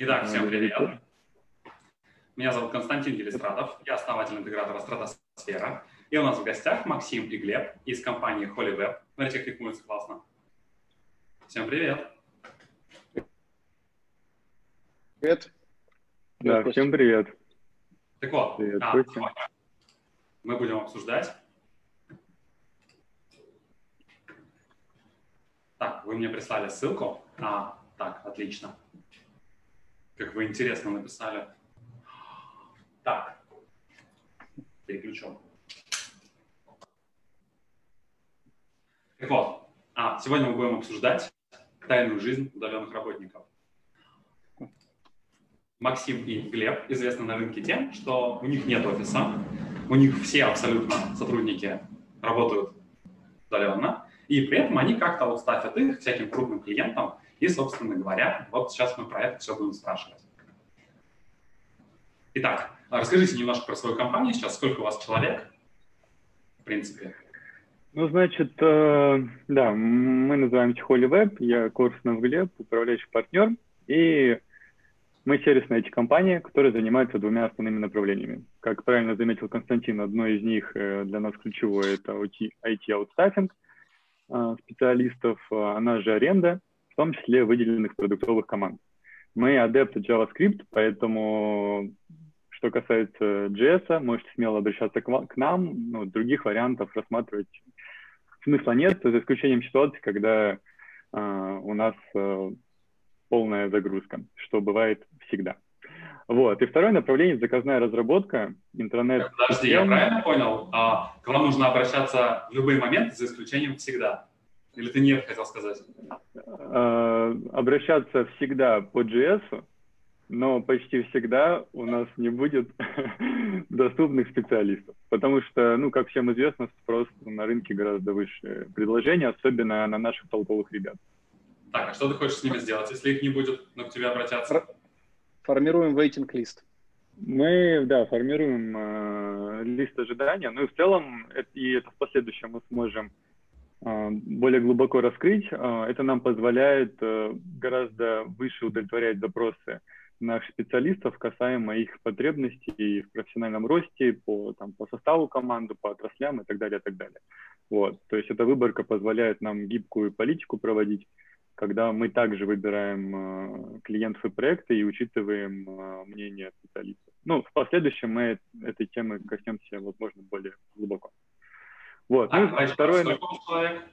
Итак, всем привет. Меня зовут Константин Елистратов, я основатель интегратора Стратосфера. И у нас в гостях Максим и Глеб из компании HolyWeb. Смотрите, как рифмуется классно. Всем привет. Привет. Да, всем привет. Так вот, Привет, сегодня мы будем обсуждать. Так, вы мне прислали ссылку. Так, отлично. Как вы интересно написали. Так, переключу. Так вот, сегодня мы будем обсуждать тайную жизнь удаленных работников. Максим и Глеб известны на рынке тем, что у них нет офиса, у них все абсолютно сотрудники работают удаленно, и при этом они как-то вот ставят их всяким крупным клиентам, и, собственно говоря, вот сейчас мы про это все будем спрашивать. Итак, расскажите немножко про свою компанию сейчас, сколько у вас человек, в принципе. Ну, значит, да, мы называемся HolyWeb, я Корсунов Глеб, управляющий партнер, и мы сервисная IT-компания, которая занимается двумя основными направлениями. Как правильно заметил Константин, одно из них для нас ключевое – это IT-аутстаффинг специалистов, она же аренда, в том числе выделенных продуктовых команд. Мы адепты JavaScript, поэтому, что касается JS, можете смело обращаться к нам, но других вариантов рассматривать смысла нет, за исключением ситуации, когда у нас полная загрузка, что бывает всегда. Вот. И второе направление – заказная разработка, интернет. Подожди, я правильно понял? К вам нужно обращаться в любой момент, за исключением всегда? Или ты нет хотел сказать? Обращаться всегда по JS, но почти всегда у нас не будет доступных специалистов. Потому что, ну, как всем известно, спрос на рынке гораздо выше предложения, особенно на наших толковых ребят. Так, а что ты хочешь с ними сделать, если их не будет, но к тебе обратятся? Формируем waiting-лист. Мы, да, формируем лист ожидания. Ну и в целом, это в последующем мы сможем более глубоко раскрыть. Это нам позволяет гораздо выше удовлетворять запросы наших специалистов касаемо их потребностей в профессиональном росте, по составу команды, по отраслям и так далее, и так далее. Вот. То есть эта выборка позволяет нам гибкую политику проводить, когда мы также выбираем клиентов и проекты и учитываем мнение специалистов. Ну, в последующем мы этой темы коснемся, возможно, более глубоко. Вот. Второе... Сколько у вас человек?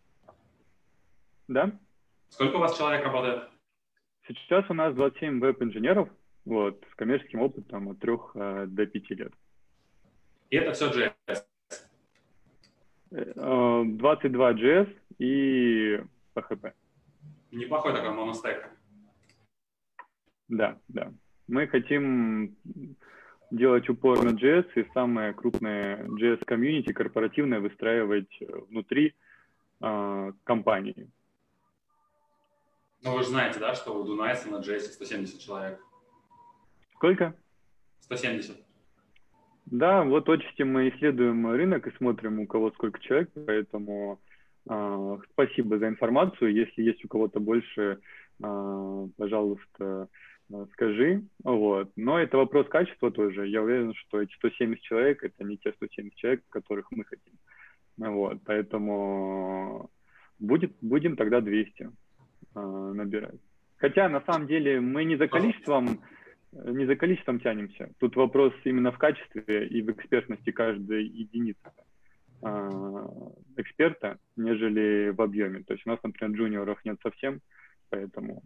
Да? Сколько у вас человек работает? Сейчас у нас 27 веб-инженеров, вот, с коммерческим опытом от 3 до 5 лет. И это все JS? 22 JS и PHP. Неплохой такой моностек. Да, да. Мы хотим делать упор на JS и самое крупное JS-комьюнити корпоративное выстраивать внутри компании. Ну, вы же знаете, да, что у Dunajsa на JS 170 человек. Сколько? 170. Да, вот отчасти мы исследуем рынок и смотрим, у кого сколько человек, поэтому спасибо за информацию. Если есть у кого-то больше, пожалуйста, скажи. Вот. Но это вопрос качества тоже. Я уверен, что эти 170 человек – это не те 170 человек, которых мы хотим. Вот. Поэтому будем тогда 200 набирать. Хотя, на самом деле, мы не за количеством тянемся. Тут вопрос именно в качестве и в экспертности каждой единицы эксперта, нежели в объеме. То есть у нас, например, джуниоров нет совсем, поэтому...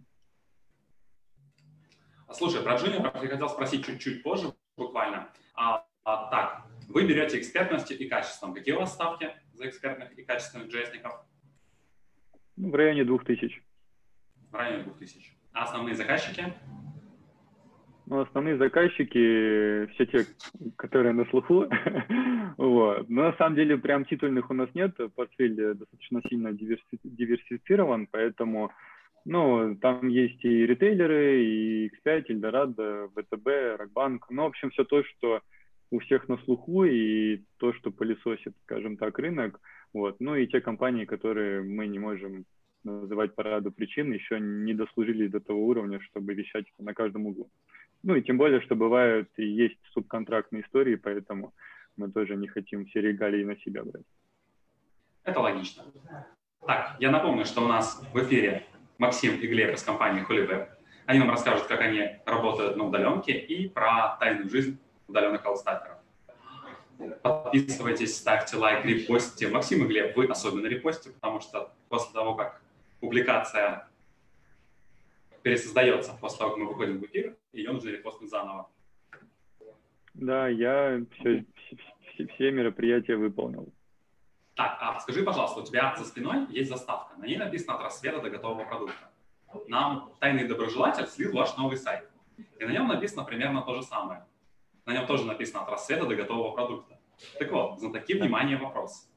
Слушай, про джуниоров я хотел спросить чуть-чуть позже, буквально. Так, вы берете экспертностью и качеством. Какие у вас ставки за экспертных и качественных JS-ников? В районе 2000. В районе 2000. А основные заказчики? Ну, основные заказчики, все те, которые на слуху. Вот. Но на самом деле прям титульных у нас нет, портфель достаточно сильно диверсифицирован, поэтому там есть и ритейлеры, и X5, Эльдорадо, ВТБ, Рокбанк. Ну, в общем, все то, что у всех на слуху, и то, что пылесосит, скажем так, рынок. Вот. Ну и те компании, которые мы не можем называть по ряду причин, еще не дослужились до того уровня, чтобы вещать на каждом углу. Ну и тем более, что бывают и есть субконтрактные истории, поэтому мы тоже не хотим все регалии на себя брать. Это логично. Так, я напомню, что у нас в эфире Максим и Глеб из компании HolyWeb. Они нам расскажут, как они работают на удаленке и про тайную жизнь удаленных аутстаферов. Подписывайтесь, ставьте лайк, репостите. Максим и Глеб, вы особенно репостите, потому что после того, как публикация пересоздается, после того, как мы выходим в эфир, ее нужно репостнуть заново. Да, я все мероприятия выполнил. Так, а скажи, пожалуйста, у тебя за спиной есть заставка. На ней написано «От рассвета до готового продукта». Нам тайный доброжелатель слил ваш новый сайт. И на нем написано примерно то же самое. На нем тоже написано «От рассвета до готового продукта». Так вот, знатоки, внимание, вопрос.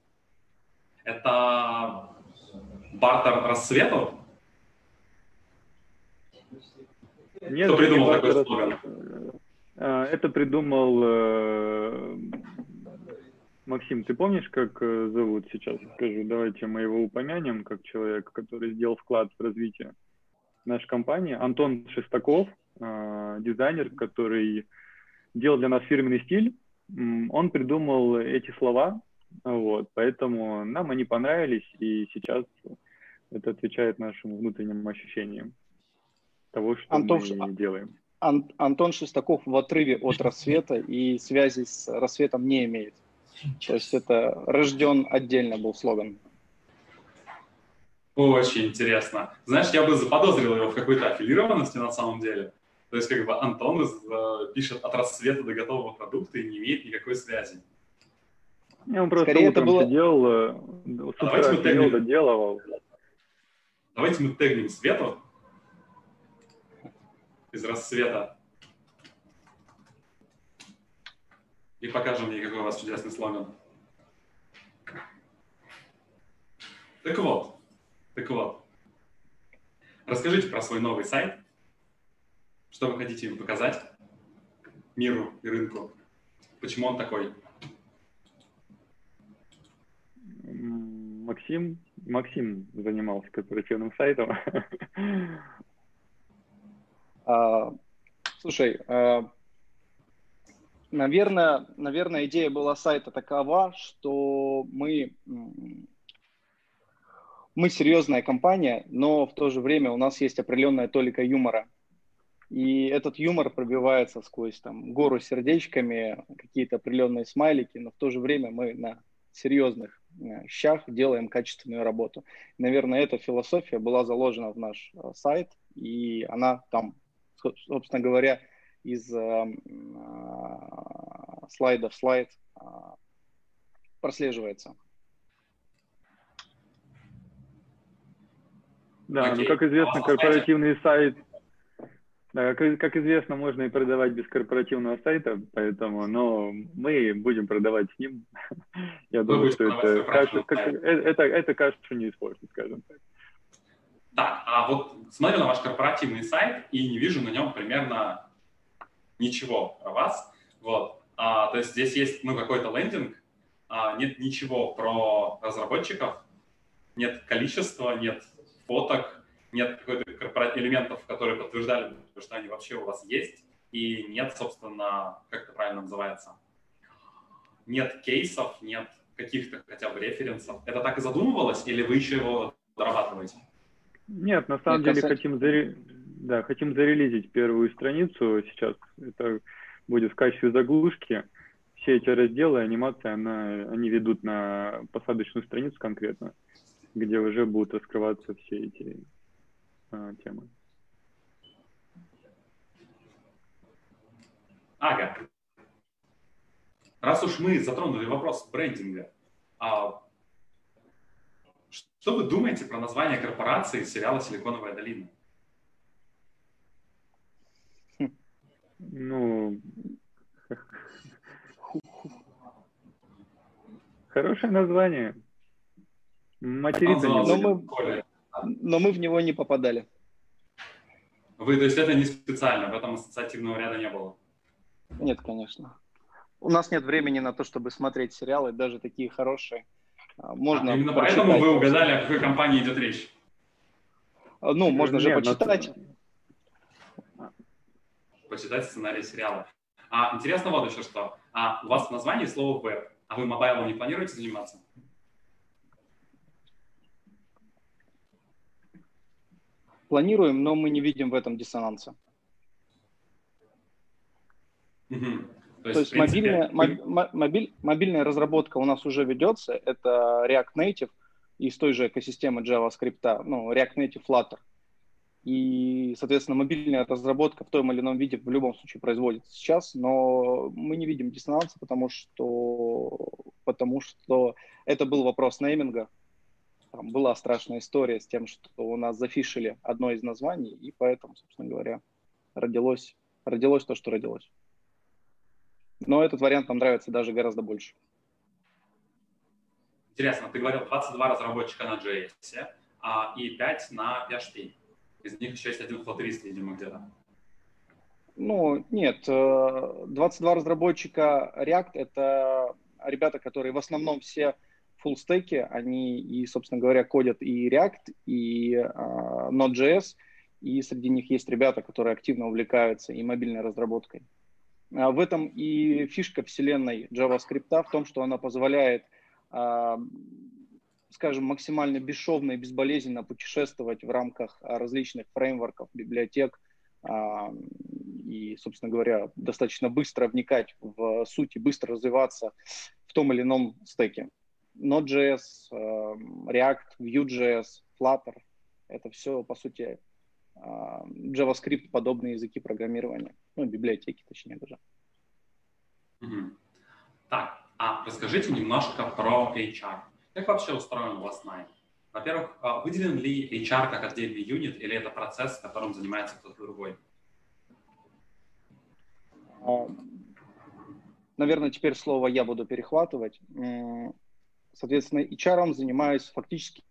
Это бартер рассвету? Нет, кто придумал такой слоган? Это придумал Максим. Ты помнишь, как зовут сейчас? Скажу, давайте мы его упомянем, как человек, который сделал вклад в развитие нашей компании. Антон Шестаков, дизайнер, который делал для нас фирменный стиль. Он придумал эти слова, вот, поэтому нам они понравились, и сейчас это отвечает нашим внутренним ощущениям того, что мы делаем. Антон Шестаков в отрыве от рассвета и связи с рассветом не имеет. То есть это рожден отдельно был слоган. Очень интересно. Знаешь, я бы заподозрил его в какой-то аффилированности на самом деле. То есть как бы Антон пишет «От рассвета до готового продукта» и не имеет никакой связи. Он просто скорее утром сидел, с утра сидел, доделывал. Давайте мы тегнем Свету из рассвета и покажем ей, какой у вас чудесный слоган. Так вот. Расскажите про свой новый сайт. Что вы хотите им показать миру и рынку? Почему он такой? Максим занимался корпоративным сайтом. Слушай, наверное, идея была сайта такова, что мы серьезная компания, но в то же время у нас есть определенная толика юмора. И этот юмор пробивается сквозь там гору сердечками, какие-то определенные смайлики, но в то же время мы на серьезных щах делаем качественную работу. Наверное, эта философия была заложена в наш сайт, и она там, собственно говоря, из слайда в слайд прослеживается. Да, ну, как известно, корпоративный сайт, как известно, можно и продавать без корпоративного сайта, поэтому, но мы будем продавать с ним. Я думаю, что это кашу не испортит, скажем так. Так, а вот смотрю на ваш корпоративный сайт и не вижу на нем примерно ничего про вас. Вот. То есть здесь есть какой-то лендинг, нет ничего про разработчиков, нет количества, нет фоток, нет каких-то элементов, которые подтверждали, что они вообще у вас есть, и нет, собственно, как это правильно называется, нет кейсов, нет каких-то хотя бы референсов. Это так и задумывалось, или вы еще его дорабатываете? Нет, на самом деле хотим зарелизить первую страницу сейчас. Это будет в качестве заглушки. Все эти разделы, анимация, они ведут на посадочную страницу конкретно, где уже будут раскрываться все эти темы. Ага. Раз уж мы затронули вопрос брендинга, что вы думаете про название корпорации сериала «Силиконовая долина»? Ну, хорошее название. Материться не будем. Но мы в него не попадали. То есть это не специально, в этом ассоциативного ряда не было? Нет, конечно. У нас нет времени на то, чтобы смотреть сериалы, даже такие хорошие. Можно именно поэтому вы угадали, о какой компании идет речь? Ну, можно же Нет, почитать. Почитать сценарий сериала. Интересно вот еще что. У вас в названии слово веб, а вы мобайлом не планируете заниматься? Планируем, но мы не видим в этом диссонанса. Угу. То есть мобильная разработка у нас уже ведется. Это React Native из той же экосистемы JavaScript, ну, React Native Flutter. И, соответственно, мобильная разработка в том или ином виде в любом случае производится сейчас, но мы не видим диссонанса, потому что это был вопрос нейминга. Там была страшная история с тем, что у нас зафишили одно из названий, и поэтому, собственно говоря, родилось то, что родилось. Но этот вариант нам нравится даже гораздо больше. Интересно, ты говорил 22 разработчика на JS и 5 на PHP. Из них еще есть один флоттерист, видимо, где-то. Ну, нет, 22 разработчика React — это ребята, которые в основном все фуллстеки, они и, собственно говоря, кодят и React, и Node.js, и среди них есть ребята, которые активно увлекаются и мобильной разработкой. В этом и фишка вселенной JavaScript в том, что она позволяет, скажем, максимально бесшовно и безболезненно путешествовать в рамках различных фреймворков, библиотек, и, собственно говоря, достаточно быстро вникать в суть и быстро развиваться в том или ином стеке. Node.js, React, Vue.js, Flutter — это все, по сути, JavaScript подобные языки программирования, ну, библиотеки, точнее даже. Так, расскажите немножко про HR. Как вообще устроен у вас найм? Во-первых, выделен ли HR как отдельный юнит, или это процесс, которым занимается кто-то другой? Наверное, теперь слово я буду перехватывать. Соответственно, HR занимаюсь фактически,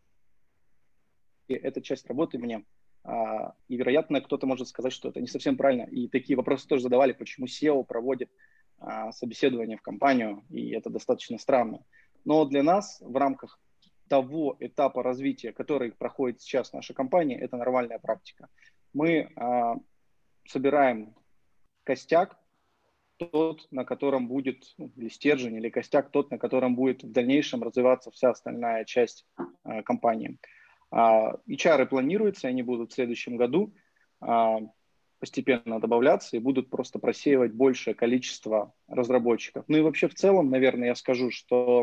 эта часть работы мне. И, вероятно, кто-то может сказать, что это не совсем правильно. И такие вопросы тоже задавали, почему SEO проводит собеседование в компанию, и это достаточно странно. Но для нас в рамках того этапа развития, который проходит сейчас наша компания, это нормальная практика. Мы собираем костяк, тот, на котором будет, или стержень, или костяк, тот, на котором будет в дальнейшем развиваться вся остальная часть компании. HR планируются, они будут в следующем году постепенно добавляться и будут просто просеивать большее количество разработчиков. Ну и вообще в целом, наверное, я скажу, что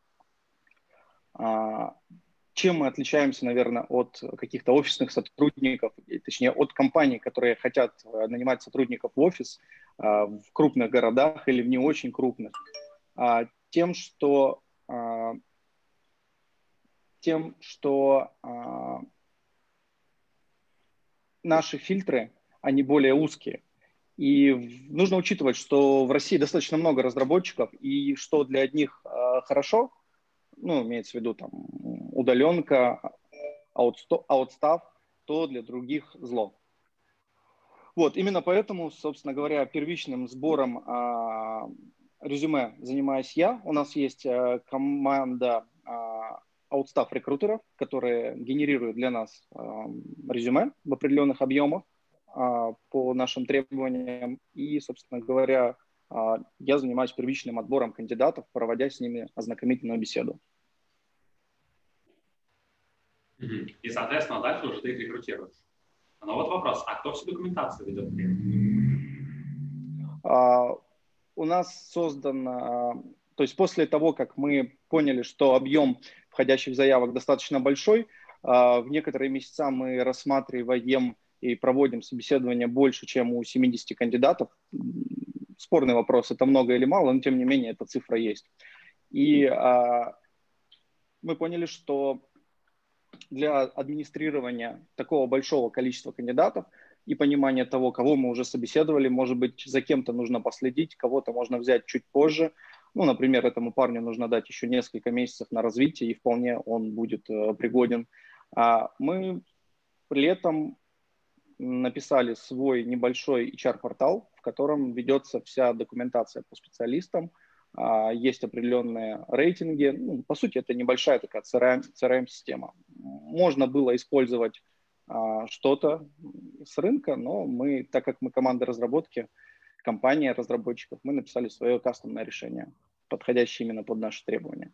чем мы отличаемся, наверное, от каких-то офисных сотрудников, точнее, от компаний, которые хотят нанимать сотрудников в офис в крупных городах или в не очень крупных, тем, что наши фильтры, они более узкие. И нужно учитывать, что в России достаточно много разработчиков, и что для одних хорошо, ну, имеется в виду там удаленка, аутстав, то для других зло. Вот, именно поэтому, собственно говоря, первичным сбором резюме занимаюсь я. У нас есть команда аутстав рекрутеров, которые генерируют для нас резюме в определенных объемах по нашим требованиям. И, собственно говоря, я занимаюсь первичным отбором кандидатов, проводя с ними ознакомительную беседу. И, соответственно, дальше уже ты их рекрутируешь. Но вот вопрос, кто всю документацию ведет? У нас создан, то есть после того, как мы поняли, что объем входящих заявок достаточно большой, в некоторые месяца мы рассматриваем и проводим собеседование больше, чем у 70 кандидатов. Спорный вопрос, это много или мало, но тем не менее эта цифра есть. И мы поняли, что для администрирования такого большого количества кандидатов и понимания того, кого мы уже собеседовали, может быть, за кем-то нужно последить, кого-то можно взять чуть позже. Ну, например, этому парню нужно дать еще несколько месяцев на развитие, и вполне он будет пригоден. Мы летом написали свой небольшой HR-портал, в котором ведется вся документация по специалистам, есть определенные рейтинги. Ну, по сути, это небольшая такая CRM-система. Можно было использовать что-то с рынка, но мы, так как мы команда разработки, компания разработчиков, мы написали свое кастомное решение, подходящее именно под наши требования.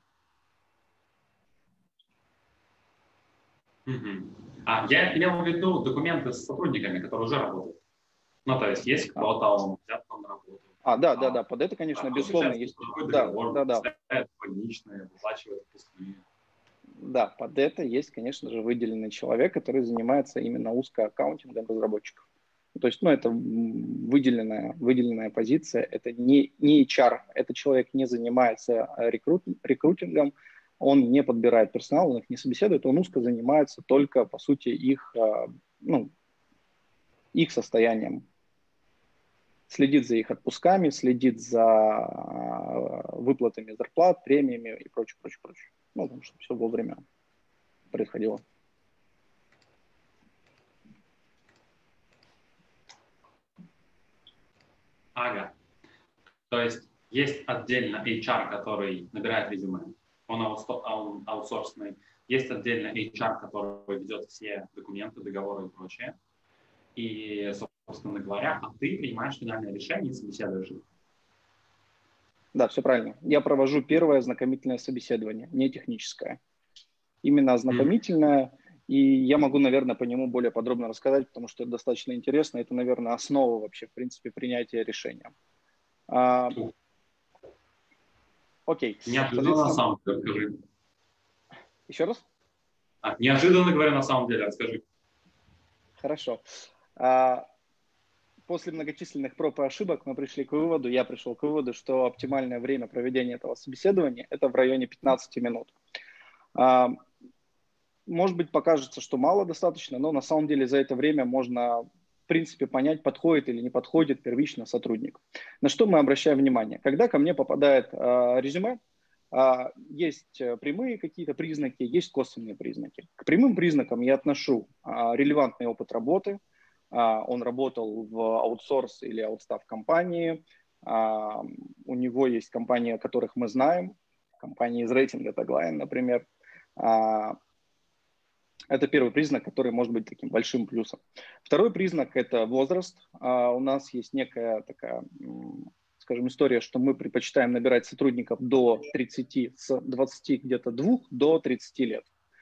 Я имел в виду документы с сотрудниками, которые уже работают. Ну, то есть есть кто-то, он взят там на работу. Да, под это, конечно, безусловно, есть. Договор, больничные, выплачивает отпускные. Да, под это есть, конечно же, выделенный человек, который занимается именно узкоаккаунтингом разработчиков. То есть, это выделенная позиция, это не HR, этот человек не занимается рекрутингом, он не подбирает персонал, он их не собеседует, он узко занимается только, по сути, их состоянием. Следит за их отпусками, следит за выплатами зарплат, премиями и прочее. Чтобы все вовремя происходило. Ага. То есть отдельно HR, который набирает резюме, он аутсорсный. Есть отдельно HR, который ведет все документы, договоры и прочее. И, собственно говоря, ты принимаешь финальное решение и собеседуешь их. Да, все правильно. Я провожу первое ознакомительное собеседование, не техническое. Именно ознакомительное. И я могу, наверное, по нему более подробно рассказать, потому что это достаточно интересно. Это, наверное, основа вообще, в принципе, принятия решения. Окей. Неожиданно на самом деле, расскажи. Еще раз? Неожиданно говоря, на самом деле, расскажи. Хорошо. После многочисленных проб и ошибок я пришел к выводу, что оптимальное время проведения этого собеседования – это в районе 15 минут. Может быть, покажется, что мало достаточно, но на самом деле за это время можно, в принципе, понять, подходит или не подходит первично сотрудник. На что мы обращаем внимание? Когда ко мне попадает резюме, есть прямые какие-то признаки, есть косвенные признаки. К прямым признакам я отношу релевантный опыт работы. Он работал в аутсорс или аутстав компании. У него есть компании, о которых мы знаем. Компании из рейтинга Tagline, например. Это первый признак, который может быть таким большим плюсом. Второй признак – это возраст. У нас есть некая такая, скажем, история, что мы предпочитаем набирать сотрудников до 30, с 20 где-то 2 до 30 лет.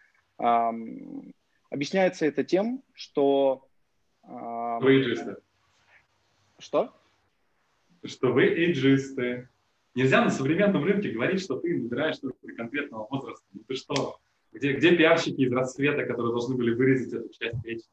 Объясняется это тем, что… Вы эйджисты. Что? Что вы эйджисты. Нельзя на современном рынке говорить, что ты набираешь только конкретного возраста. Ну ты что? Где пиарщики из «Рассвета», которые должны были вырезать эту часть речи?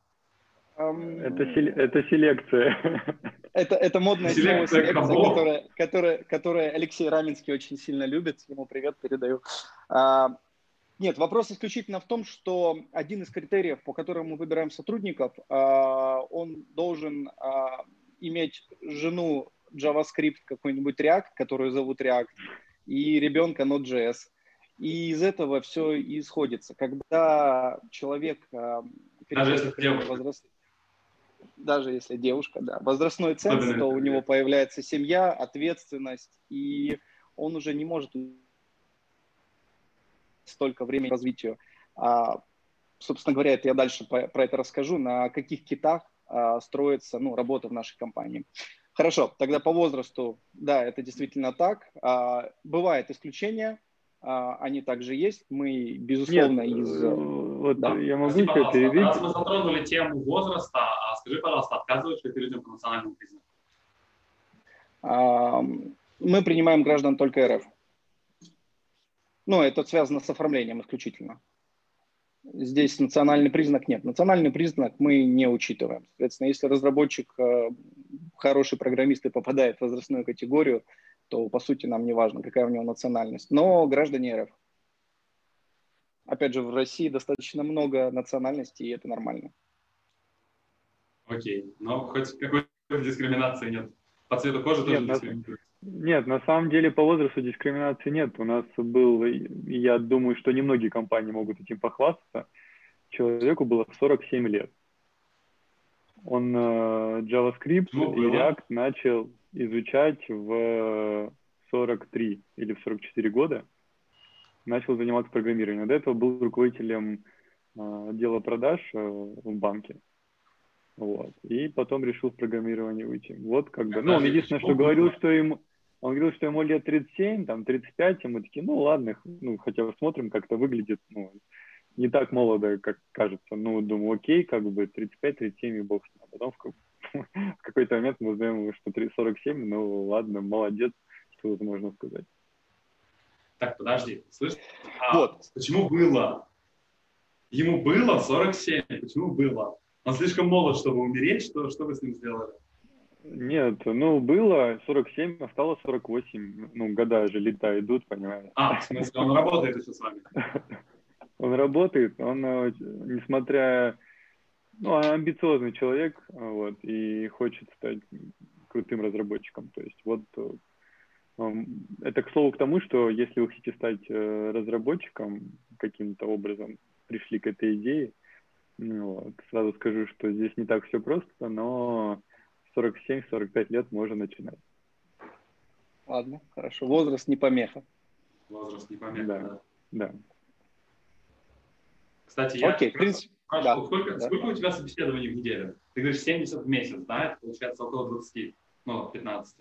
Это селекция. Это модное слово селекция, которое Алексей Раменский очень сильно любит. Ему привет передаю. Нет, вопрос исключительно в том, что один из критериев, по которым мы выбираем сотрудников, он должен иметь жену JavaScript какой-нибудь React, которую зовут React, и ребенка Node.js. И из этого все и исходится. Когда человек даже если девушка, да, возрастной ценз, то у него появляется семья, ответственность, и он уже не может столько времени к развитию. Собственно говоря, это я дальше про это расскажу, на каких китах строится работа в нашей компании. Хорошо, тогда по возрасту, да, это действительно так. Бывают исключения, они также есть. Мы, безусловно, я могу тебя перебить. Раз мы затронули тему возраста, скажи, пожалуйста, отказываешь ли ты людям по национальному признаку? Мы принимаем граждан только РФ. Это связано с оформлением исключительно. Здесь национальный признак нет. Национальный признак мы не учитываем. Соответственно, если разработчик, хороший программист и попадает в возрастную категорию, то, по сути, нам не важно, какая у него национальность. Но граждане РФ. Опять же, в России достаточно много национальностей, и это нормально. Окей. Но хоть какой-то дискриминации нет. По цвету кожи тоже дискриминируют. Нет, на самом деле по возрасту дискриминации нет. У нас был, я думаю, что немногие компании могут этим похвастаться, человеку было 47 лет. Он JavaScript и React начал изучать в 43 или в 44 года. Начал заниматься программированием. До этого был руководителем отдела продаж в банке. Вот. И потом решил в программирование уйти. Вот как бы. Ну, он единственное, что говорил, что ему... Он говорил, что ему лет 37, там, 35, и мы такие, ну, ладно, ну, хотя бы смотрим, как это выглядит, ну, не так молодо, как кажется. Ну, думаю, окей, как бы 35-37 и бог с ним. А потом в какой-то момент мы узнаем, что 47, ну, ладно, молодец, что тут можно сказать. Так, подожди, слышишь? Вот. Почему было? Ему было 47, почему было? Он слишком молод, чтобы умереть, что вы с ним сделали? Нет, ну, было 47, а стало 48. Ну, года же лета идут, понимаешь. В смысле, он работает еще с вами? Он работает, он, несмотря... Ну, амбициозный человек, вот, и хочет стать крутым разработчиком. То есть вот это, к слову, к тому, что если вы хотите стать разработчиком каким-то образом, пришли к этой идее, вот, сразу скажу, что здесь не так все просто, но 47-45 лет можно начинать. Ладно, хорошо. Возраст не помеха. Возраст не помеха, да. Кстати, я спрашивал, сколько у тебя собеседований в неделю? Ты говоришь 70 в месяц, да? Это получается около 20, 15.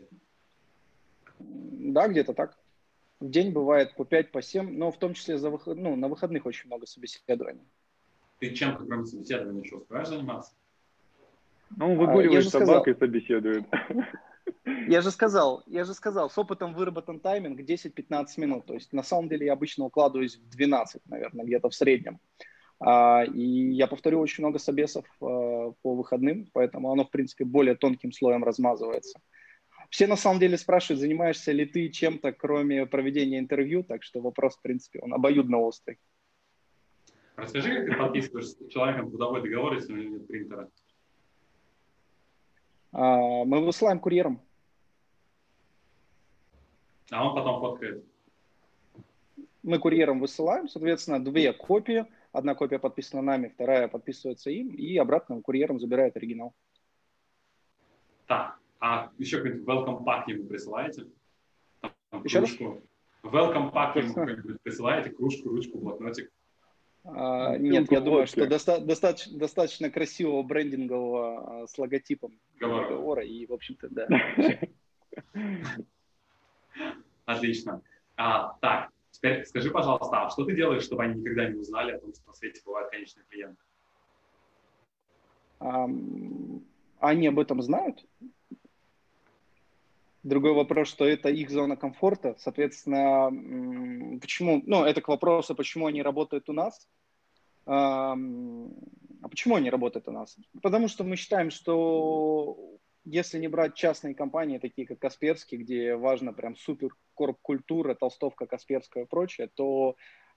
Да, где-то так. В день бывает по 5, по 7, но в том числе на выходных очень много собеседований. Ты чем-то, кроме собеседования, еще успеваешь заниматься? Ну, он выгуливает собак и собеседует. Я же сказал, с опытом выработан тайминг 10-15 минут. То есть на самом деле я обычно укладываюсь в 12, наверное, где-то в среднем. И я повторю очень много собесов по выходным, поэтому оно, в принципе, более тонким слоем размазывается. Все на самом деле спрашивают, занимаешься ли ты чем-то, кроме проведения интервью, так что вопрос, в принципе, он обоюдно острый. Расскажи, как ты подписываешь с человеком трудовой договор, если у него нет принтера? Мы высылаем курьером. А он потом фоткает? Мы курьером высылаем, соответственно, 2 копии. Одна копия подписана нами, вторая подписывается им, и обратно курьером забирает оригинал. Так, а еще какой-нибудь welcome pack ему присылаете? Еще раз? Welcome pack ему какой-нибудь присылаете? Кружку, ручку, блокнотик? Нет, я думаю, что достаточно красивого брендингового с логотипом договора, и, в общем-то, да. Отлично. Так, теперь скажи, пожалуйста, а что ты делаешь, чтобы они никогда не узнали о том, что на свете бывают конечные клиенты? Они об этом знают. Другой вопрос, что это их зона комфорта. Соответственно, почему, это к вопросу, почему они работают у нас. А почему они работают у нас? Потому что мы считаем, что если не брать частные компании, такие как Касперский, где важно прям супер корп-культура, толстовка Касперская и прочее, то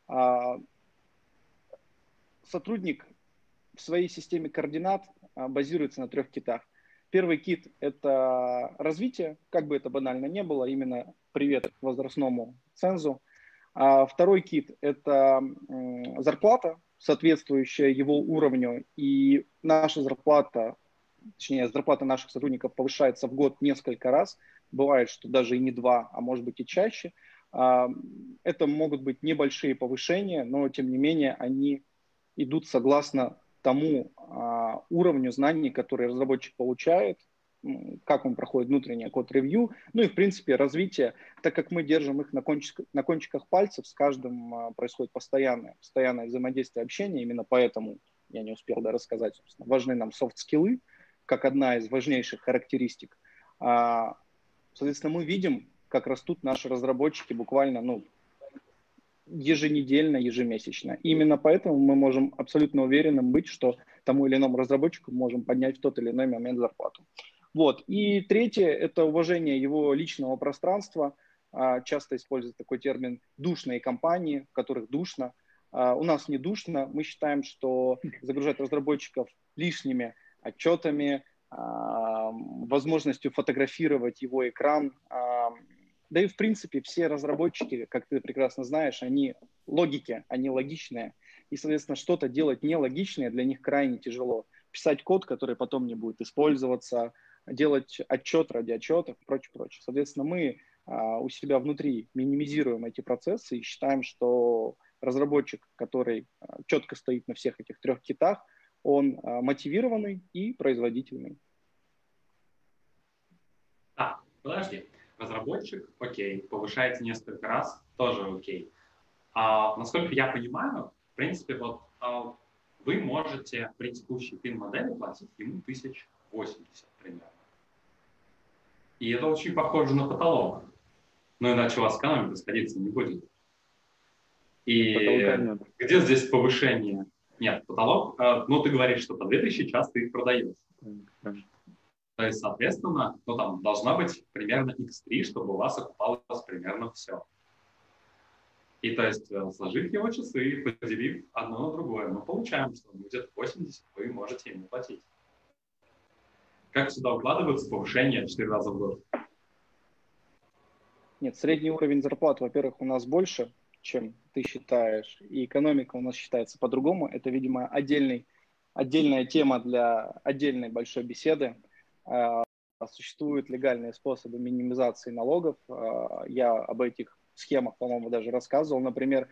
сотрудник в своей системе координат базируется на 3 китах. Первый кит – это развитие, как бы это банально не было, именно привет к возрастному цензу. Второй кит – это зарплата, соответствующая его уровню, и наша зарплата, точнее, зарплата наших сотрудников повышается в год несколько раз. Бывает, что даже и не 2, а может быть и чаще. Это могут быть небольшие повышения, но тем не менее они идут согласно тому уровню знаний, который разработчик получает, как он проходит внутреннее код-ревью, и, в принципе, развитие, так как мы держим их на кончиках пальцев, с каждым происходит постоянное взаимодействие, общение, именно поэтому, я не успел рассказать, собственно, важны нам софт-скиллы, как одна из важнейших характеристик. Соответственно, мы видим, как растут наши разработчики буквально, еженедельно, ежемесячно. Именно поэтому мы можем абсолютно уверенным быть, что тому или иному разработчику можем поднять в тот или иной момент зарплату. Вот. И третье – это уважение его личного пространства. Часто используют такой термин «душные компании», в которых душно. У нас не душно. Мы считаем, что загружать разработчиков лишними отчетами, возможностью фотографировать его экран, да и, в принципе, все разработчики, как ты прекрасно знаешь, они логики, они логичные. И, соответственно, что-то делать нелогичное для них крайне тяжело. Писать код, который потом не будет использоваться, делать отчет ради отчетов и прочее. Соответственно, мы у себя внутри минимизируем эти процессы и считаем, что разработчик, который четко стоит на всех этих 3 китах, он мотивированный и производительный. Подожди. Разработчик, окей, повышается несколько раз, тоже окей. Насколько я понимаю, в принципе, вы можете при текущей PIN-модели платить ему 1080 примерно. И это очень похоже на потолок. Но иначе у вас экономика сходиться не будет. И где здесь повышение? Нет, потолок, ты говоришь, что по 2000 час ты их продаешь. То есть, соответственно, там должна быть примерно x3, чтобы у вас окупалось примерно все. И то есть, сложив его часы, поделив одно на другое, мы получаем, что где-то 80 вы можете ему платить. Как сюда укладывается повышение 4 раза в год? Нет, средний уровень зарплат, во-первых, у нас больше, чем ты считаешь, и экономика у нас считается по-другому. Это, видимо, отдельная тема для отдельной большой беседы. Существуют легальные способы минимизации налогов. Я об этих схемах, по-моему, даже рассказывал. Например,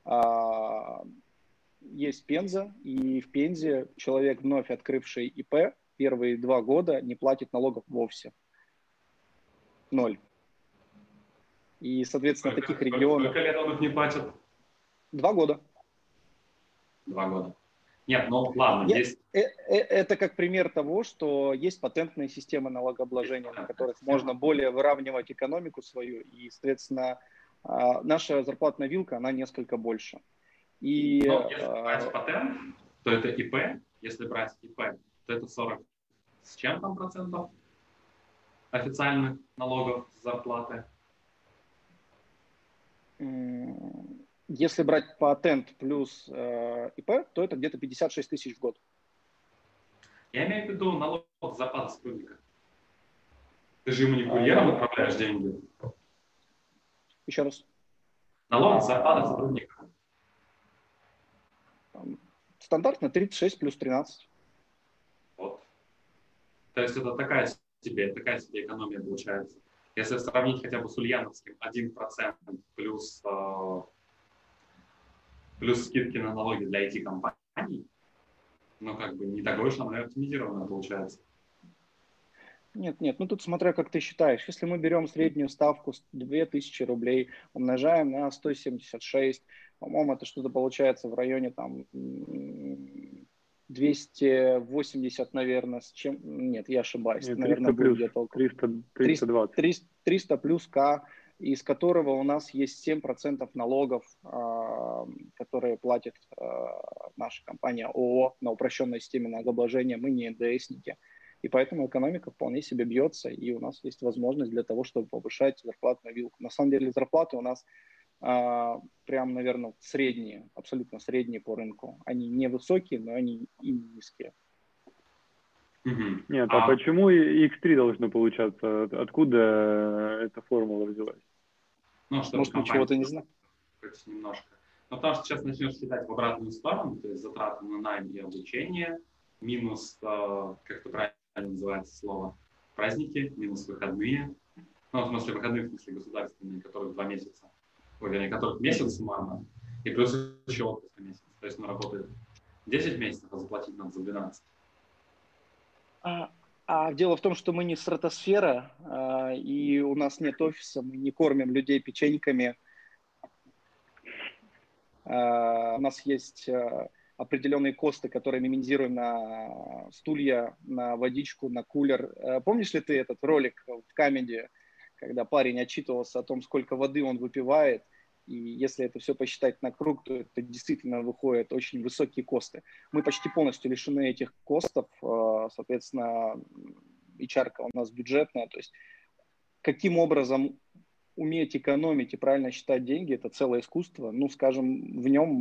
есть Пенза, и в Пензе человек, вновь открывший ИП, первые 2 года не платит налогов вовсе. 0. И, соответственно, таких регионов... Сколько лет он их не платит? 2 года. 2 года. Нет, ладно, есть... Это как пример того, что есть патентные системы налогообложения, на которых можно более выравнивать экономику свою, и, соответственно, наша зарплатная вилка, она несколько больше. Если брать патент, то это ИП, если брать ИП, то это 40 с чем там процентов официальных налогов с зарплаты? Если брать патент плюс ИП, то это где-то 56 тысяч в год. Я имею в виду налог с зарплаты сотрудника. Ты же ему не курьером отправляешь деньги. Еще раз. Налог с зарплаты сотрудника. Стандартно 36 плюс 13. Вот. То есть это такая себе экономия получается. Если сравнить хотя бы с ульяновским 1% плюс скидки на налоги для IT-компаний, не такое уж оно и оптимизированное получается. Нет, тут смотря как ты считаешь. Если мы берем среднюю ставку 2000 рублей, умножаем на 176, по-моему, это что-то получается в районе там 280, наверное, с чем... Нет, я ошибаюсь. Нет, наверное, будет где-то около 320. 300 плюс К, из которого у нас есть 7% налогов, которые платит наша компания ООО на упрощенной системе налогообложения. Мы не НДСники. И поэтому экономика вполне себе бьется, и у нас есть возможность для того, чтобы повышать зарплатную вилку. На самом деле зарплаты у нас прям, наверное, средние, абсолютно средние по рынку. Они не высокие, но они и не низкие. Нет, а почему X3 должно получаться? Откуда эта формула взялась? Может, ничего ты не знаешь? Немножко. Потому что сейчас начнешь считать в обратную сторону, то есть затраты на найм и обучение, минус, как это правильно называется слово, праздники, минус выходные. В смысле выходные, в смысле государственные, которых 2 месяца. Вернее, которых месяц суммарно, и плюс еще отпуск на месяц. То есть он работает 10 месяцев, а заплатить надо за 12. Дело в том, что мы не стратосфера, и у нас нет офиса, мы не кормим людей печеньками. У нас есть определенные косты, которые мы минимизируем на стулья, на водичку, на кулер. Помнишь ли ты этот ролик в Камеди, когда парень отчитывался о том, сколько воды он выпивает, и если это все посчитать на круг, то это действительно выходят очень высокие косты. Мы почти полностью лишены этих костов, соответственно, HR-ка у нас бюджетная, то есть каким образом уметь экономить и правильно считать деньги, это целое искусство. Скажем, в нем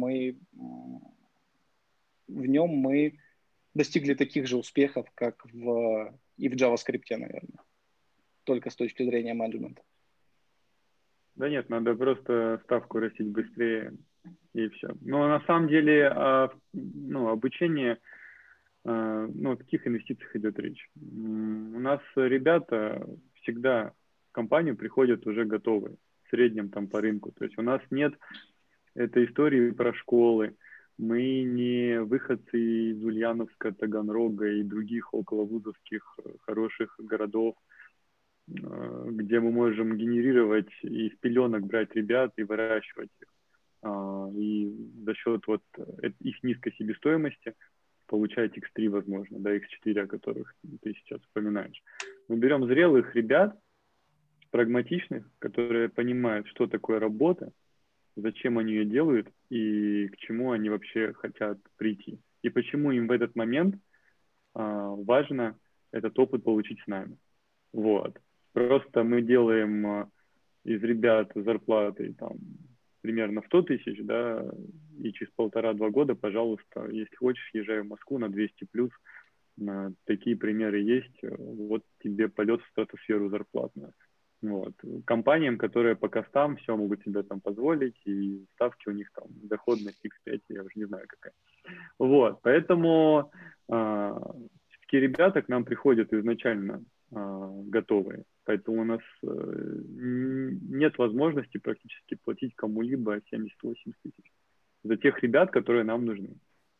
мы достигли таких же успехов, как и в JavaScript, наверное, только с точки зрения менеджмента. Да нет, надо просто ставку растить быстрее, и все. Но на самом деле обучение, о каких инвестициях идет речь? У нас ребята всегда в компанию приходят уже готовые, в среднем там по рынку. То есть у нас нет это истории про школы. Мы не выходцы из Ульяновска, Таганрога и других околовузовских хороших городов, где мы можем генерировать и из пеленок брать ребят и выращивать их. И за счет вот их низкой себестоимости получать X3, возможно, да, X4, о которых ты сейчас вспоминаешь. Мы берем зрелых ребят, прагматичных, которые понимают, что такое работа, зачем они ее делают и к чему они вообще хотят прийти. И почему им в этот момент важно этот опыт получить с нами. Вот. Просто мы делаем из ребят зарплаты там, примерно в 100 тысяч, да, и через 1,5-2 года, пожалуйста, если хочешь, езжай в Москву на 200 плюс. Такие примеры есть. Вот тебе полет в стратосферу зарплатную. Вот. Компаниям, которые по костам все могут себе там позволить, и ставки у них там, доходность X5, я уже не знаю какая. Вот. Поэтому все-таки ребята к нам приходят изначально готовые. Поэтому у нас нет возможности практически платить кому-либо 70-80 тысяч за тех ребят, которые нам нужны.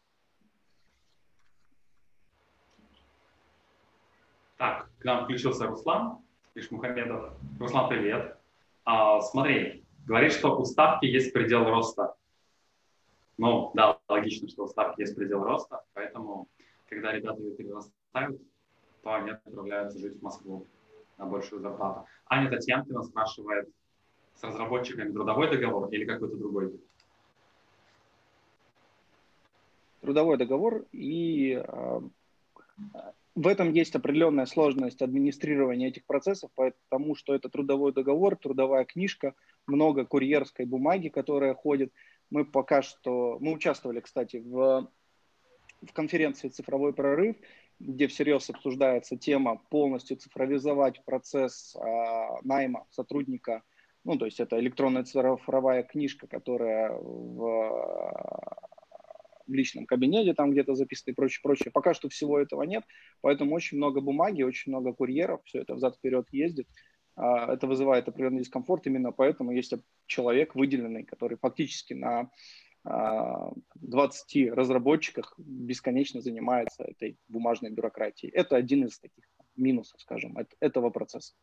Так, к нам включился Руслан Ишмухамедов. Руслан, привет. Смотри, говоришь, что у ставки есть предел роста. Ну, да, логично, что у ставки есть предел роста, поэтому, когда ребята ее перерастают, то они отправляются жить в Москву на большую зарплату. Аня Татьянкина спрашивает, с разработчиками трудовой договор или какой-то другой? Трудовой договор, и в этом есть определенная сложность администрирования этих процессов, потому что это трудовой договор, трудовая книжка, много курьерской бумаги, которая ходит. Мы участвовали, кстати, в конференции «Цифровой прорыв», где всерьез обсуждается тема полностью цифровизовать процесс найма сотрудника. Ну, то есть это электронная цифровая книжка, которая в личном кабинете там где-то записано и прочее, прочее. Пока что всего этого нет, поэтому очень много бумаги, очень много курьеров, все это взад-вперед ездит. Это вызывает определенный дискомфорт, именно поэтому есть человек выделенный, который фактически на 20 разработчиках бесконечно занимается этой бумажной бюрократией. Это один из таких минусов, скажем, этого процесса.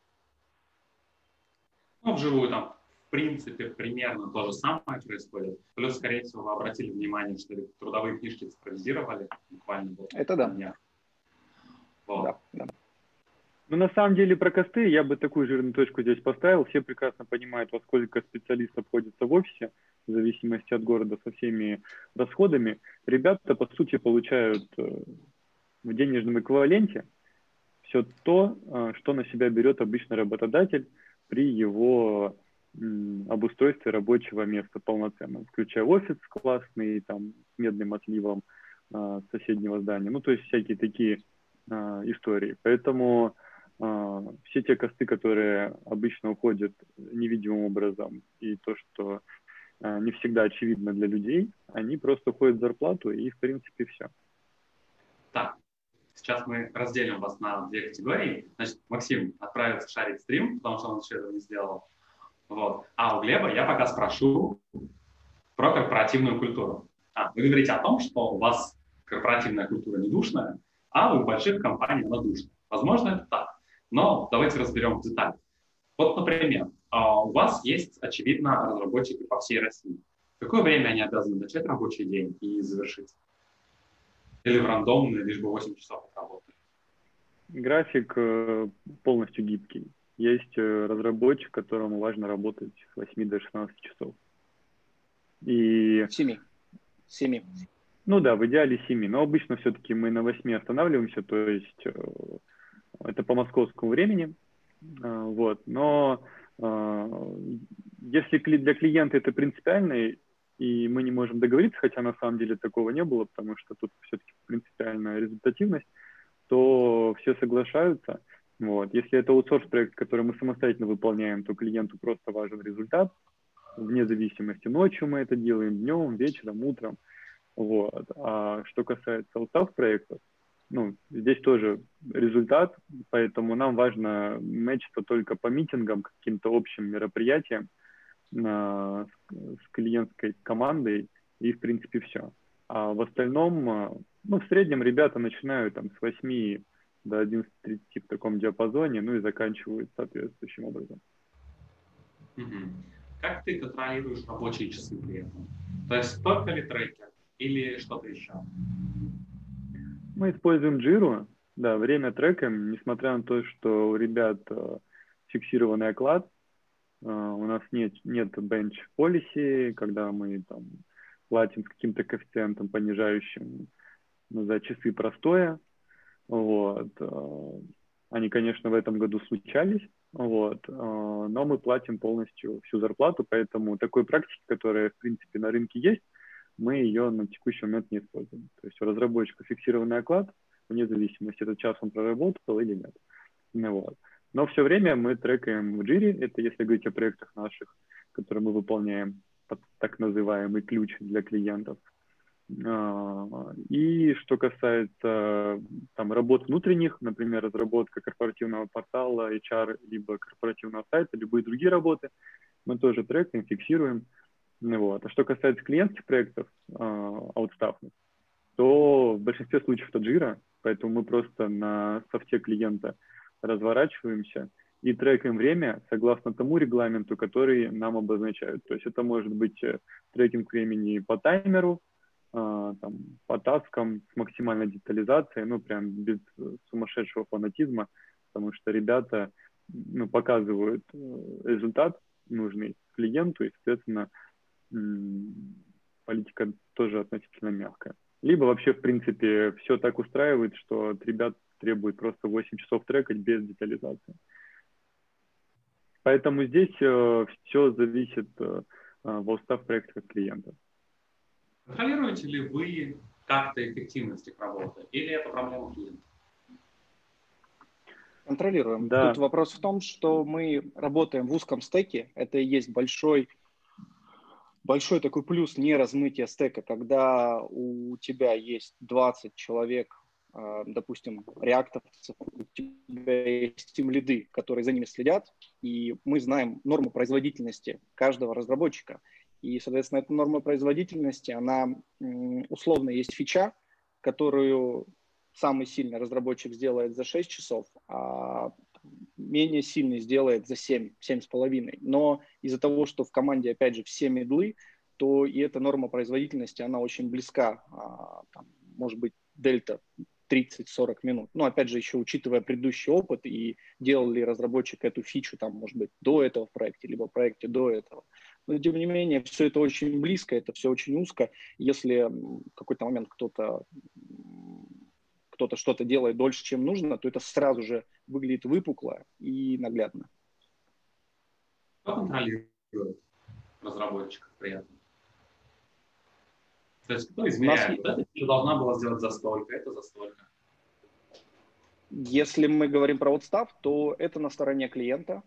Ну, вживую там, в принципе, примерно то же самое происходит. Плюс, скорее всего, вы обратили внимание, что трудовые книжки цифровизировали буквально. Это да. Вот. Да, да. Ну, на самом деле, про косты я бы такую жирную точку здесь поставил. Все прекрасно понимают, во сколько специалистов обходится в офисе, в зависимости от города, со всеми расходами. Ребята, по сути, получают в денежном эквиваленте все то, что на себя берет обычный работодатель при его обустройстве рабочего места полноценного, включая офис классный, там, с медным отливом соседнего здания. Ну, то есть всякие такие истории. Поэтому все те косты, которые обычно уходят невидимым образом, и то, что не всегда очевидно для людей, они просто уходят в зарплату, и, в принципе, все. Так, сейчас мы разделим вас на две категории. Значит, Максим отправился шарить стрим, потому что он еще этого не сделал. Вот. А у Глеба я пока спрошу про корпоративную культуру. Вы говорите о том, что у вас корпоративная культура не душная, а у больших компаний она душная. Возможно, это так. Но давайте разберем в деталях. Вот, например, у вас есть, очевидно, разработчики по всей России. В какое время они обязаны начать рабочий день и завершить? Или в рандомный, лишь бы 8 часов отработали? График полностью гибкий. Есть разработчик, которому важно работать с 8 до 16 часов. И... 7. Ну да, в идеале 7. Но обычно все-таки мы на 8 останавливаемся, то есть это по московскому времени. Вот. Но если для клиента это принципиально, и мы не можем договориться, хотя на самом деле такого не было, потому что тут все-таки принципиальная результативность, то все соглашаются. Вот. Если это аутсорс-проект, который мы самостоятельно выполняем, то клиенту просто важен результат, вне зависимости, ночью мы это делаем, днем, вечером, утром. Вот. А что касается аутсорс-проектов, ну, здесь тоже результат, поэтому нам важно мэчиться только по митингам, каким-то общим мероприятиям, с клиентской командой, и, в принципе, все. А в остальном, ну, в среднем ребята начинают там с 8 до 11:30 в таком диапазоне, ну и заканчивают соответствующим образом. Как ты контролируешь рабочие часы при этом? То есть только ли трекер или что-то еще? Мы используем Jira, да, время трекаем, несмотря на то, что у ребят фиксированный оклад, у нас нет bench policy, когда мы там платим с каким-то коэффициентом понижающим за часы простоя. Вот. Они, конечно, в этом году случались, вот, но мы платим полностью всю зарплату, поэтому такой практики, которая, в принципе, на рынке есть, мы ее на текущий момент не используем. То есть у разработчика фиксированный оклад, вне зависимости, этот час он проработал или нет. Вот. Но все время мы трекаем в Jira, это если говорить о проектах наших, которые мы выполняем под так называемый ключ для клиентов. И что касается там работ внутренних, например, разработка корпоративного портала, HR, либо корпоративного сайта, любые другие работы, мы тоже трекаем, фиксируем. Вот. А что касается клиентских проектов, аутстафных, то в большинстве случаев это Jira, поэтому мы просто на софте клиента разворачиваемся и трекаем время согласно тому регламенту, который нам обозначают. То есть это может быть трекинг времени по таймеру, там, по таскам с максимальной детализацией, ну, прям без сумасшедшего фанатизма, потому что ребята, ну, показывают результат нужный клиенту, и, соответственно, политика тоже относительно мягкая. Либо вообще, в принципе, все так устраивает, что от ребят требует просто 8 часов трекать без детализации. Поэтому здесь все зависит в устав проекта от клиента. Контролируете ли вы как-то эффективность их работы, или это проблема клиента? Контролируем. Да. Тут вопрос в том, что мы работаем в узком стеке. Это и есть большой такой плюс неразмытия стека, когда у тебя есть 20 человек, допустим, реактовцев, у тебя есть тимлиды, которые за ними следят, и мы знаем норму производительности каждого разработчика. И, соответственно, эта норма производительности, она условно есть фича, которую самый сильный разработчик сделает за 6 часов, а менее сильный сделает за 7-7,5. Но из-за того, что в команде, опять же, все медлы, то и эта норма производительности, она очень близка. Там, может быть, дельта 30-40 минут. Но, опять же, еще учитывая предыдущий опыт и делал ли разработчик эту фичу, там, может быть, до этого в проекте, либо в проекте до этого. Но, тем не менее, все это очень близко, это все очень узко. Если в какой-то момент кто-то что-то делает дольше, чем нужно, то это сразу же выглядит выпукло и наглядно. Кто контролирует разработчиков при этом? То есть кто измеряет? Вот это фича должна была сделать за столько, это за столько. Если мы говорим про отстав, то это на стороне клиента.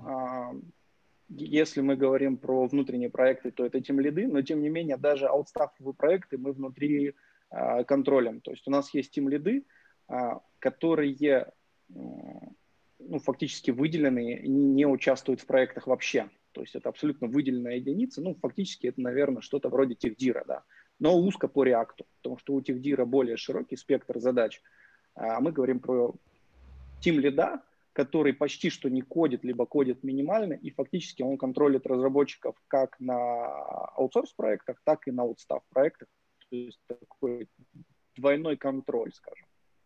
Если мы говорим про внутренние проекты, то это тимлиды, но тем не менее даже аутстафовые проекты мы внутри контролем. То есть у нас есть тимлиды, которые фактически выделены и не участвуют в проектах вообще. То есть это абсолютно выделенная единица. Ну, фактически это, наверное, что-то вроде техдира, да. Но узко по реакту, потому что у техдира более широкий спектр задач. А мы говорим про тимлида, который почти что не кодит, либо кодит минимально, и фактически он контролит разработчиков как на аутсорс-проектах, так и на аутстав-проектах. То есть такой двойной контроль, скажем.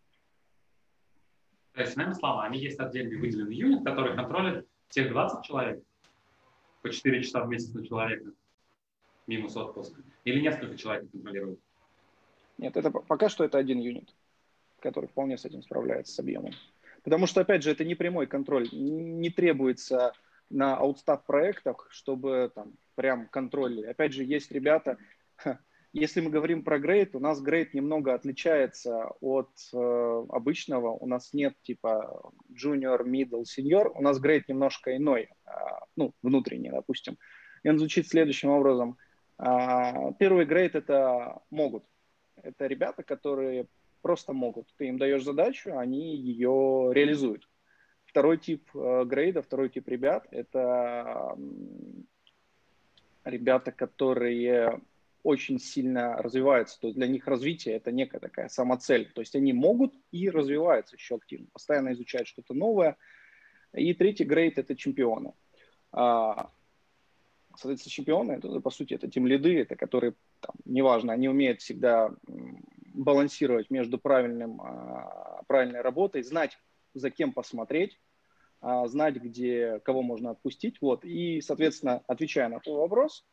То есть, иными словами, есть отдельный выделенный юнит, который контролит всех 20 человек, по 4 часа в месяц на человека, минус отпуск, или несколько человек контролирует? Нет, это пока что это один юнит, который вполне с этим справляется, с объемом. Потому что, опять же, это не прямой контроль. Не требуется на аутстав проектах, чтобы там прям контроль. Опять же, есть ребята, если мы говорим про грейд, у нас грейд немного отличается от обычного. У нас нет типа junior, middle, senior. У нас грейд немножко иной, внутренний, допустим. И он звучит следующим образом. Первый грейд это могут. Это ребята, которые просто могут. Ты им даешь задачу, они ее реализуют. Второй тип грейда, второй тип ребят – это ребята, которые очень сильно развиваются. То есть для них развитие – это некая такая самоцель. То есть они могут и развиваются еще активно, постоянно изучают что-то новое. И третий грейд – это чемпионы. Соответственно, чемпионы, это, по сути, это тимлиды, это которые, там, неважно, они умеют всегда балансировать между правильной работой, знать, за кем посмотреть, знать, кого можно отпустить. Вот. И, соответственно, отвечая на твой вопрос,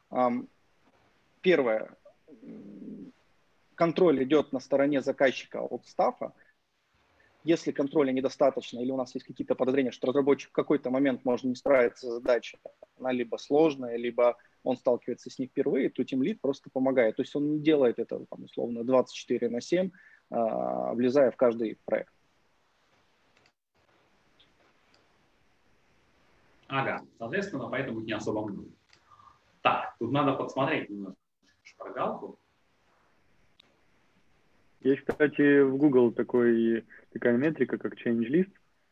первое, контроль идет на стороне заказчика от стаффа. Если контроля недостаточно или у нас есть какие-то подозрения, что разработчик в какой-то момент может не справиться с задачей, она либо сложная, либо он сталкивается с ней впервые, то тимлид просто помогает. То есть он не делает это, там, условно, 24/7, влезая в каждый проект. Ага, соответственно, поэтому их не особо много. Так, тут надо подсмотреть немножко шпаргалку. Есть, кстати, в Google такая метрика, как change list.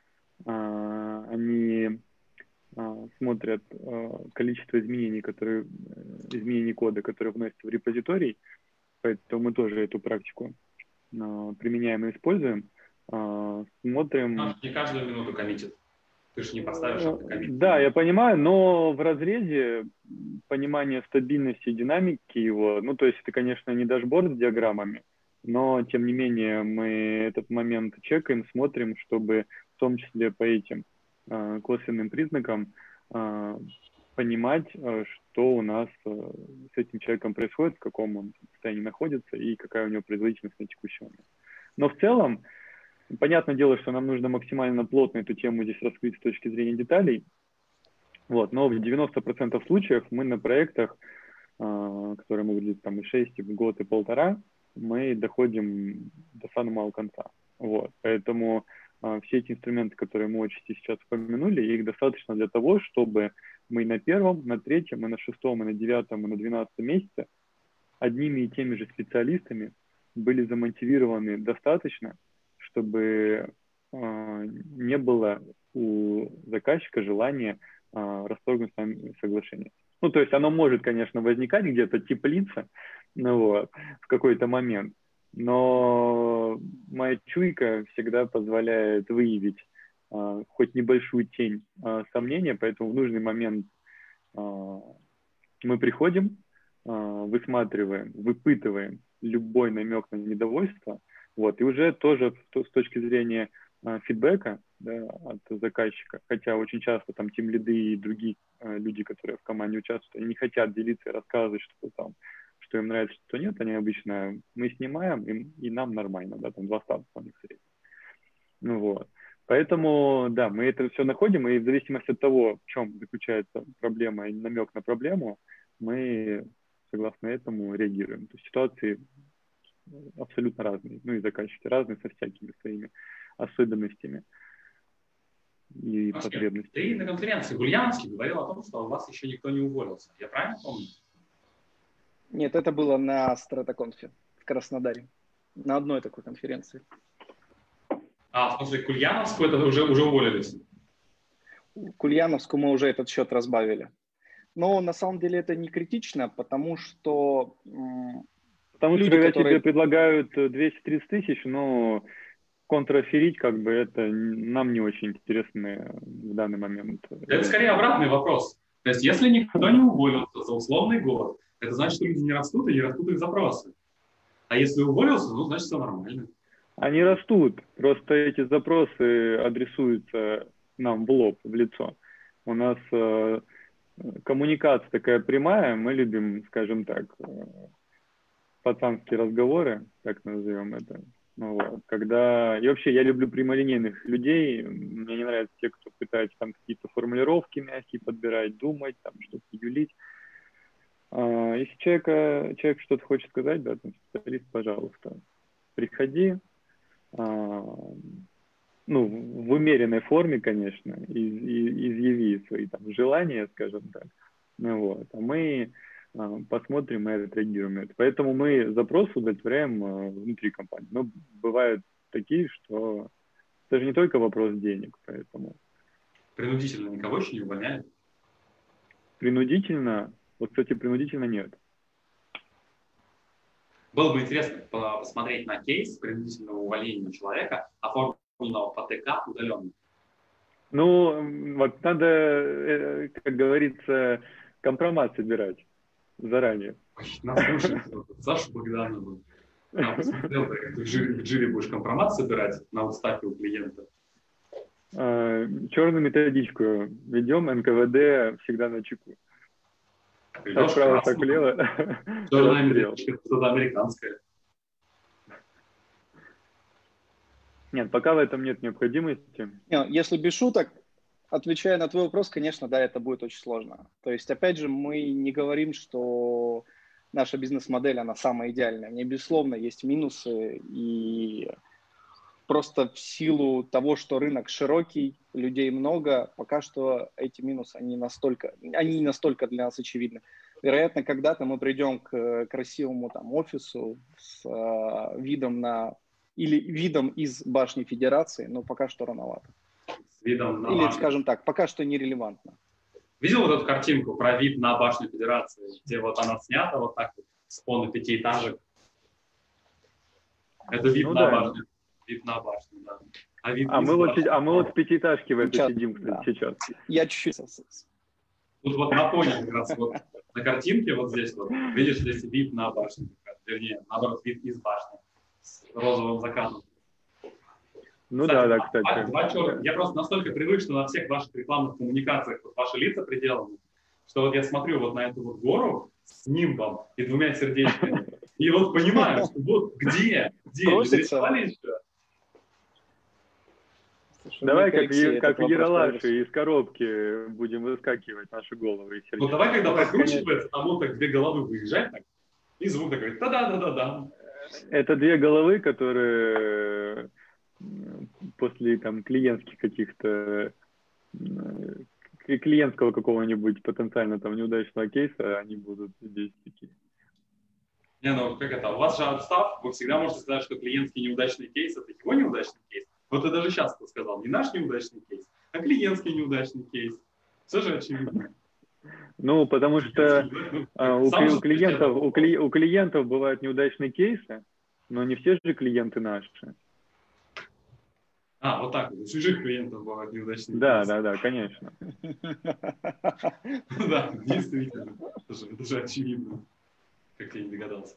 Они смотрят количество изменений кода, которые вносятся в репозиторий. Поэтому мы тоже эту практику применяем и используем. Смотрим... Не каждую минуту коммитит. Ты же не поставишь автокоммит. Да, я понимаю, но в разрезе понимания стабильности и динамики его, ну, то есть это, конечно, не дашборд с диаграммами, но, тем не менее, мы этот момент чекаем, смотрим, чтобы в том числе по этим косвенным признакам понимать, что у нас с этим человеком происходит, в каком он состоянии находится и какая у него производительность на текущий момент. Но в целом, понятное дело, что нам нужно максимально плотно эту тему здесь раскрыть с точки зрения деталей. Вот, но в 90% случаев мы на проектах, которые могут быть там и 6, и год, и полтора, мы доходим до самого конца. Вот, поэтому все эти инструменты, которые мы очень сейчас упомянули, их достаточно для того, чтобы мы на первом, на третьем, и на шестом, и на девятом, и на 12 месяце одними и теми же специалистами были замотивированы достаточно, чтобы не было у заказчика желания расторгнуть с нами соглашение. Ну, то есть оно может, конечно, возникать где-то, теплиться, ну, вот, в какой-то момент, но моя чуйка всегда позволяет выявить хоть небольшую тень сомнения, поэтому в нужный момент мы приходим, высматриваем, выпытываем любой намек на недовольство, вот, и уже тоже с точки зрения фидбэка, да, от заказчика, хотя очень часто там тимлиды и другие люди, которые в команде участвуют, они не хотят делиться и рассказывать, что им нравится, что нет, они обычно, мы снимаем, и нам нормально, да, там 2 статуса у них средних. Ну вот. Поэтому, да, мы это все находим, и в зависимости от того, в чем заключается проблема и намек на проблему, мы, согласно этому, реагируем. То есть ситуации абсолютно разные, ну и заказчики разные, со всякими своими особенностями и потребностями. Ты на конференции в Ульяновске говорил о том, что у вас еще никто не уволился. Я правильно помню? Нет, это было на Стратоконфе в Краснодаре, на одной такой конференции. В смысле, к Ульяновску это уже уволились? К Ульяновску мы уже этот счет разбавили. Но на самом деле это не критично, потому что... люди, когда тебе предлагают 230 тысяч, но контраферить, как бы, это нам не очень интересно в данный момент. Это скорее обратный вопрос. То есть, если никто не уволился за условный год, это значит, что люди не растут и не растут их запросы. А если уволился, ну, значит, все нормально. Они растут, просто эти запросы адресуются нам в лоб, в лицо. У нас коммуникация такая прямая, мы любим, скажем так, пацанские разговоры, так назовем это. Ну, вот. Когда... И вообще я люблю прямолинейных людей, мне не нравятся те, кто пытается там какие-то формулировки мягкие подбирать, думать, там что-то юлить. Если человек что-то хочет сказать, да, там, специалист, пожалуйста, приходи, ну, в умеренной форме, конечно, изъяви свои там желания, скажем так. Ну, вот. А мы посмотрим и отреагируем на это. Поэтому мы запросы удовлетворяем внутри компании. Но бывают такие, что это же не только вопрос денег, поэтому... Принудительно никого еще не увольняют? Принудительно Вот, кстати, принудительно нет. Было бы интересно посмотреть на кейс принудительного увольнения человека, оформленного по ТК удаленно. Ну, вот надо, как говорится, компромат собирать заранее. Нас слушает Саша Богданова. Посмотрел, как ты в жире будешь компромат собирать на устаке у клиента. Черную методичку ведем, НКВД всегда на чеку. Шаг вправо, шаг влево. Черная методичка, что-то американское. Нет, пока в этом нет необходимости. Если без шуток, отвечая на твой вопрос, конечно, да, это будет очень сложно. То есть, опять же, мы не говорим, что наша бизнес-модель, она самая идеальная. Не, безусловно, есть минусы, и просто в силу того, что рынок широкий, людей много, пока что эти минусы, они не настолько для нас очевидны. Вероятно, когда-то мы придем к красивому там офису с видом из башни Федерации, но пока что рановато. С видом на Или, башню. скажем так, пока что нерелевантно. Видел вот эту картинку про вид на башню Федерации, где вот она снята вот так вот с фона 5-этажек? Это вид на башню. Вид на башню, да. Мы вот в 5-этажке в этой сидим, кстати, да. сейчас. Я чуть-чуть. Тут вот на фоне как раз вот на картинке вот здесь вот, видишь, здесь вид на башню, вернее, наоборот, вид из башни с розовым закатом. Ну кстати. Я просто настолько привык, что на всех ваших рекламных коммуникациях вот ваши лица приделаны, что вот я смотрю вот на эту вот гору с нимбом и 2 сердечками, и вот понимаю, что вот где нарисовали еще. Давай, как в Ералаше из коробки будем выскакивать наши головы. Ну давай, когда прокручивается, там вот так 2 головы выезжать, так, и звук такой та-да-да-да-да. Это 2 головы, которые после там клиентских каких-то, клиентского какого-нибудь потенциально там неудачного кейса, они будут здесь такие. Не, ну как это, у вас же отстав, вы всегда можете сказать, что клиентский неудачный кейс – это его неудачный кейс. Вот ты даже сейчас сказал, не наш неудачный кейс, а клиентский неудачный кейс. Все же очевидно. Ну, потому что у клиентов бывают неудачные кейсы, но не все же клиенты наши. Вот так вот. У чужих клиентов бывают неудачные кейсы. Да, да, конечно. Да, действительно. Это же очевидно. Как я не догадался.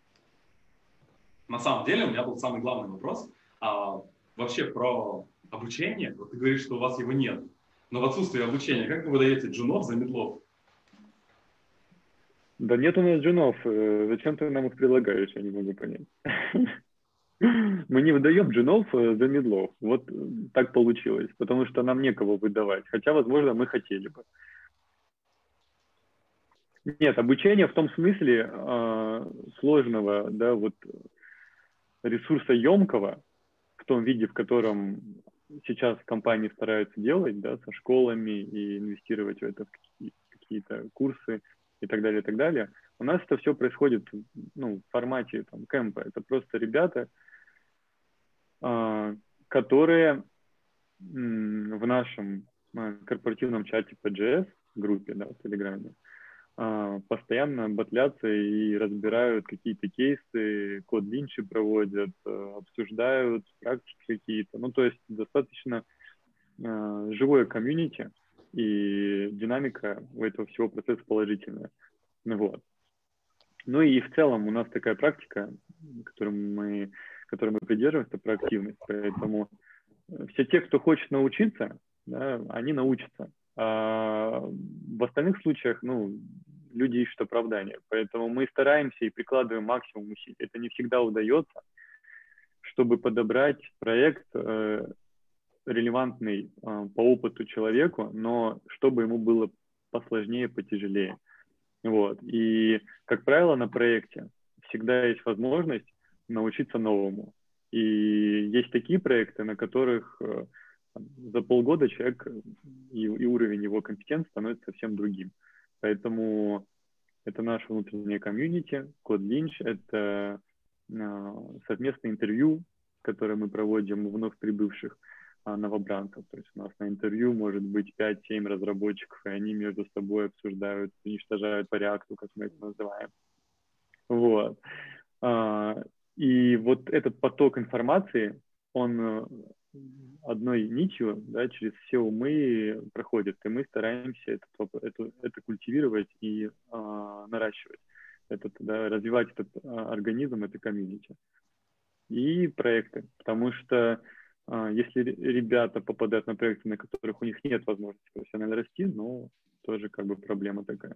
На самом деле у меня был самый главный вопрос. Вообще про обучение. Вот ты говоришь, что у вас его нет. Но в отсутствие обучения, как вы выдаете джунов за медлов? Да нет у нас джунов. Зачем ты нам их предлагаешь, я не могу понять. Мы не выдаем джунов за медлов. Вот так получилось. Потому что нам некого выдавать. Хотя, возможно, мы хотели бы. Нет, обучение в том смысле сложного, да, вот ресурсоемкого, в том виде, в котором сейчас компании стараются делать, да, со школами и инвестировать в это в какие-то курсы и так далее, у нас это все происходит в формате там, кемпа. Это просто ребята, которые в нашем корпоративном чате PGS, группе, да, в Телеграме, постоянно батлятся и разбирают какие-то кейсы, код Линча проводят, обсуждают практики какие-то. Ну, то есть достаточно живое комьюнити, и динамика у этого всего процесса положительная. Вот. Ну и в целом у нас такая практика, которой мы придерживаемся, это проактивность. Поэтому все те, кто хочет научиться, да, они научатся. А в остальных случаях, люди ищут оправдания. Поэтому мы стараемся и прикладываем максимум усилий. Это не всегда удается, чтобы подобрать проект релевантный по опыту человеку, но чтобы ему было посложнее, потяжелее. Вот. И, как правило, на проекте всегда есть возможность научиться новому. И есть такие проекты, на которых за полгода человек и уровень его компетенции становится совсем другим. Поэтому это наше внутреннее комьюнити, Код Линч, это совместное интервью, которое мы проводим у вновь прибывших. новобранцев. То есть у нас на интервью может быть 5-7 разработчиков, и они между собой обсуждают, уничтожают по реакту, как мы это называем. Вот. И вот этот поток информации, он одной нитью, да, через все умы проходит, и мы стараемся это культивировать и наращивать, развивать этот организм, это комьюнити. И проекты, потому что если ребята попадают на проекты, на которых у них нет возможности профессионально расти, ну, тоже как бы проблема такая.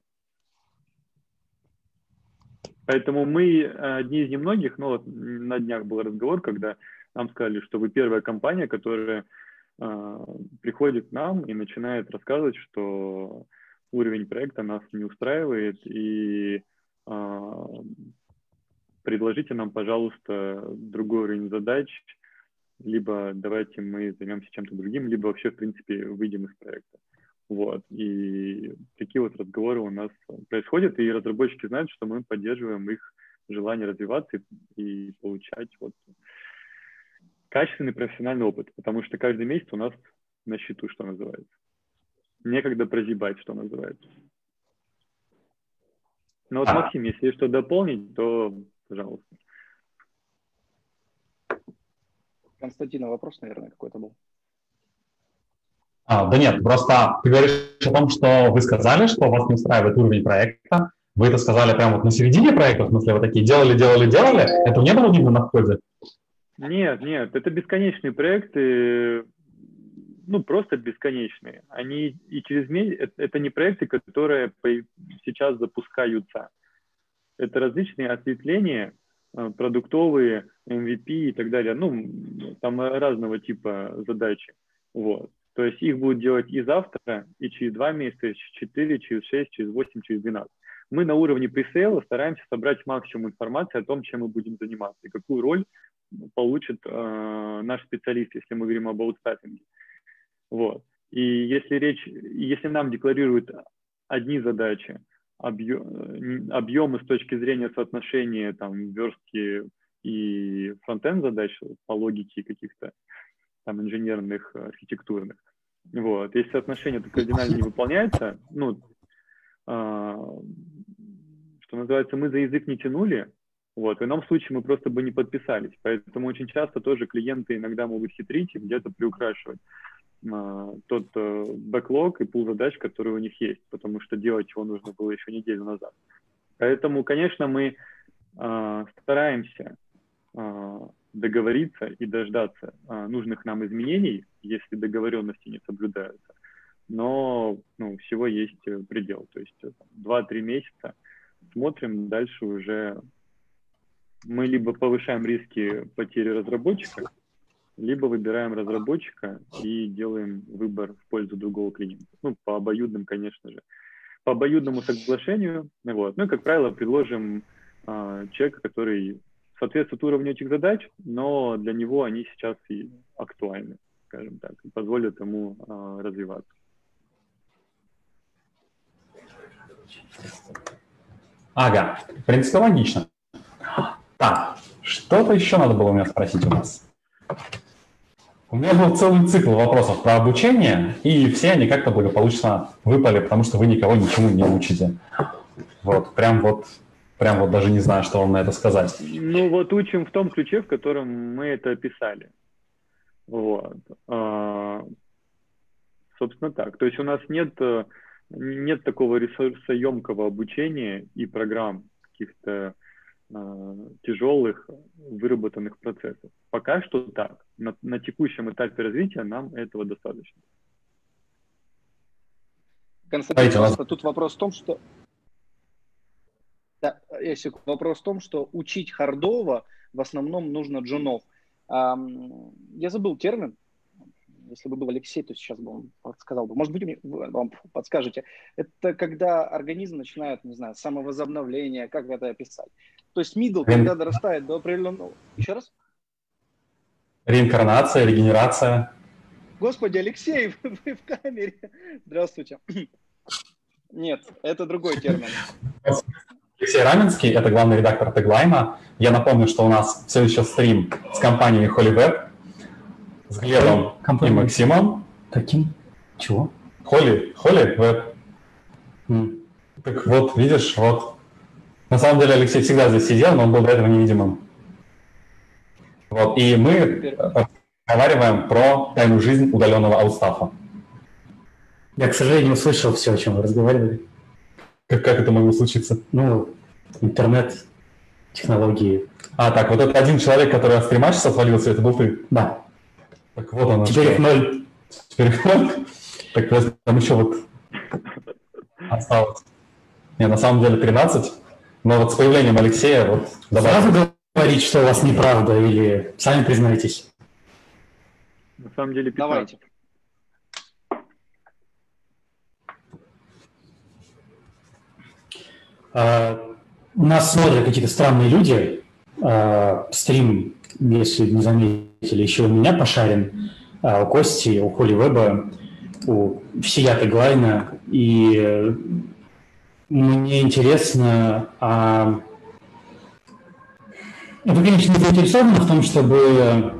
Поэтому мы одни из немногих, но вот на днях был разговор, когда нам сказали, что вы первая компания, которая приходит к нам и начинает рассказывать, что уровень проекта нас не устраивает, и предложите нам, пожалуйста, другой уровень задач, либо давайте мы займемся чем-то другим, либо вообще, в принципе, выйдем из проекта. Вот. И такие вот разговоры у нас происходят, и разработчики знают, что мы поддерживаем их желание развиваться и получать вот качественный профессиональный опыт, потому что каждый месяц у нас на счету, что называется. Некогда прозябать, что называется. Ну вот, Максим, если есть что дополнить, то пожалуйста. Константина, вопрос, наверное, какой-то был. Да нет, просто ты говоришь о том, что вы сказали, что вас не устраивает уровень проекта. Вы это сказали прямо вот на середине проекта, в смысле, вы такие делали, это не было видно на входе? Нет, это бесконечные проекты, ну, просто бесконечные. Они и через месяц, это не проекты, которые сейчас запускаются. Это различные осветления, продуктовые, MVP и так далее. Ну, там разного типа задачи. Вот. То есть их будут делать и завтра, и через 2 месяца, через 4, через 6, через 8, через 12. Мы на уровне пресейла стараемся собрать максимум информации о том, чем мы будем заниматься и какую роль получит наш специалист, если мы говорим об аутстаффинге. Вот. И если нам декларируют одни задачи, объемы с точки зрения соотношения там, верстки и фронтенд задач по логике каких-то там инженерных, архитектурных. Вот. Если соотношение кардинально не выполняется, ну, что называется, мы за язык не тянули, вот, в ином случае мы просто бы не подписались. Поэтому очень часто тоже клиенты иногда могут хитрить и где-то приукрашивать тот бэклог и пул задач, которые у них есть, потому что делать его нужно было еще неделю назад. Поэтому, конечно, мы стараемся договориться и дождаться нужных нам изменений, если договоренности не соблюдаются. Но всего есть предел. То есть 2-3 месяца смотрим, дальше уже мы либо повышаем риски потери разработчика, либо выбираем разработчика и делаем выбор в пользу другого клиента. Ну, по обоюдным, конечно же. По обоюдному соглашению. Вот. Ну, и, как правило, предложим человека, который соответствует уровню этих задач, но для него они сейчас и актуальны, скажем так, и позволят ему развиваться. Ага, в принципе, логично. Так, что-то еще надо было у меня спросить у вас. У меня был целый цикл вопросов про обучение, и все они как-то благополучно выпали, потому что вы никого ничему не учите. Вот, прям вот даже не знаю, что вам на это сказать. Ну вот учим в том ключе, в котором мы это описали. Вот. Собственно так. То есть у нас нет такого ресурсоемкого обучения и программ каких-то тяжелых выработанных процессов. Пока что так. На текущем этапе развития нам этого достаточно. Константин, просто тут вопрос в том, что вопрос в том, что учить хардово в основном нужно джунов. Я забыл термин. Если бы был Алексей, то сейчас бы он подсказал бы. Может быть, вам подскажете. Это когда организм начинает, не знаю, самовозобновление, как это описать. То есть middle, когда дорастает до определенного... Еще раз? Реинкарнация, регенерация. Господи, Алексей, вы в камере. Здравствуйте. Нет, это другой термин. Алексей Раменский, это главный редактор Теглайна. Я напомню, что у нас все еще стрим с компанией HolyWeb. с Глебом и Максимом. Каким? Чего? Холли Веб. Так вот, видишь, вот. На самом деле Алексей всегда здесь сидел, но он был до этого невидимым. Вот, и мы разговариваем про тайную жизнь удаленного аутстафа. Я, к сожалению, услышал все, о чем вы разговаривали. Как это могло случиться? Ну, интернет, технологии. Так, вот этот один человек, который от стрима сейчас отвалился, это был ты? Да. Так вот он. Теперь их 0. Теперь их 0? Так, там еще вот осталось. Не, на самом деле 13. Но вот с появлением Алексея вот... Сразу говорить, что у вас неправда, или сами признаетесь? На самом деле 15. Давайте. Нас смотрят какие-то странные люди. Стрим, если не заметили, еще у меня пошарен, у Кости, у Холли Веба, у Всеята Глайна. И мне интересно, вы, конечно, не заинтересованы в том, чтобы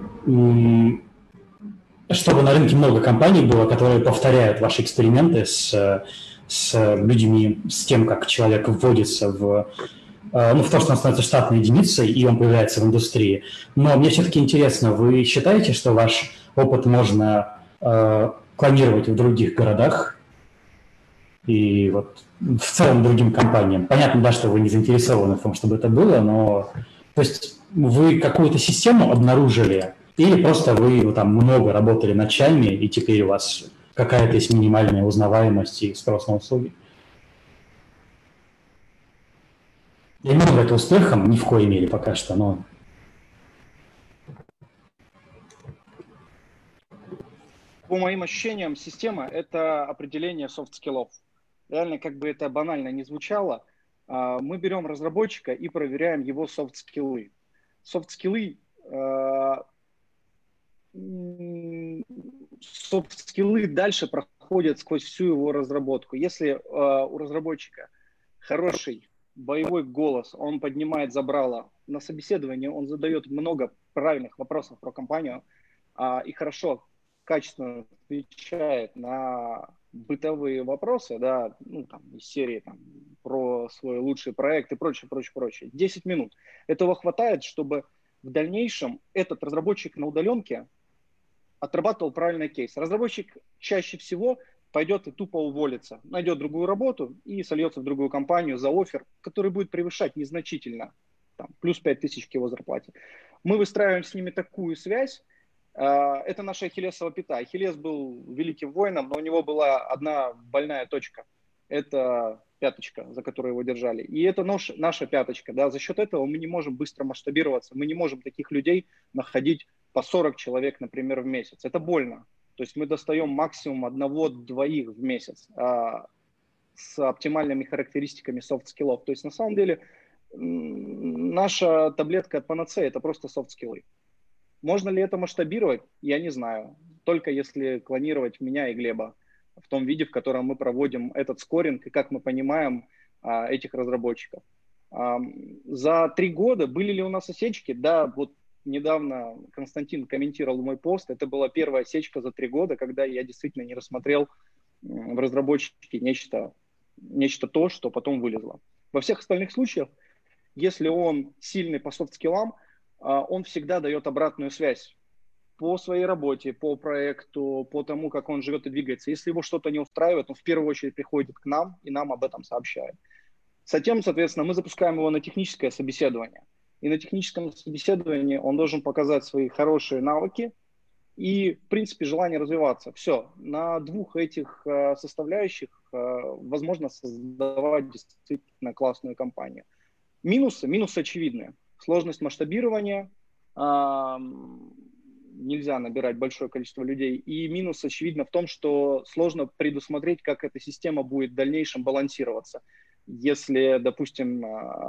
на рынке много компаний было, которые повторяют ваши эксперименты с людьми, с тем, как человек вводится в то, что он становится штатной единицей, и он появляется в индустрии. Но мне все-таки интересно, вы считаете, что ваш опыт можно клонировать в других городах и вот в целом другим компаниям? Понятно, да, что вы не заинтересованы в том, чтобы это было, но то есть вы какую-то систему обнаружили или просто вы там много работали ночами, и теперь у вас какая-то есть минимальная узнаваемость и спрос на услуги? Я не думаю, это успехом ни в коей мере пока что, но... По моим ощущениям, система – это определение софт-скиллов. Реально, как бы это банально не звучало, мы берем разработчика и проверяем его софт-скиллы. Софт-скиллы дальше проходят сквозь всю его разработку. Если у разработчика хороший боевой голос, он поднимает забрало на собеседовании, он задает много правильных вопросов про компанию и хорошо, качественно отвечает на бытовые вопросы, да, из серии про свой лучший проект и прочее. 10 минут. Этого хватает, чтобы в дальнейшем этот разработчик на удаленке отрабатывал правильный кейс. Разработчик чаще всего пойдет и тупо уволится, найдет другую работу и сольется в другую компанию за оффер, который будет превышать незначительно, плюс 5000 к его зарплате. Мы выстраиваем с ними такую связь. Это наша ахиллесова пята. Ахиллес был великим воином, но у него была одна больная точка. Это пяточка, за которую его держали. И это наша пяточка. Да? За счет этого мы не можем быстро масштабироваться. Мы не можем таких людей находить по 40 человек, например, в месяц. Это больно. То есть мы достаем максимум 1-2 в месяц с оптимальными характеристиками софт-скиллов. То есть на самом деле наша таблетка от панацеи – это просто софт-скиллы. Можно ли это масштабировать? Я не знаю. Только если клонировать меня и Глеба в том виде, в котором мы проводим этот скоринг и как мы понимаем этих разработчиков. За 3 года были ли у нас осечки? Да, вот недавно Константин комментировал мой пост. Это была первая осечка за 3 года, когда я действительно не рассмотрел в разработчике нечто то, что потом вылезло. Во всех остальных случаях, если он сильный по софт-скиллам, он всегда дает обратную связь по своей работе, по проекту, по тому, как он живет и двигается. Если его что-то не устраивает, он в первую очередь приходит к нам и нам об этом сообщает. Затем, соответственно, мы запускаем его на техническое собеседование. И на техническом собеседовании он должен показать свои хорошие навыки и, в принципе, желание развиваться. Все. На 2 этих составляющих возможно создавать действительно классную компанию. Минусы очевидные. Сложность масштабирования, нельзя набирать большое количество людей. И минус, очевидно, в том, что сложно предусмотреть, как эта система будет в дальнейшем балансироваться. Если, допустим,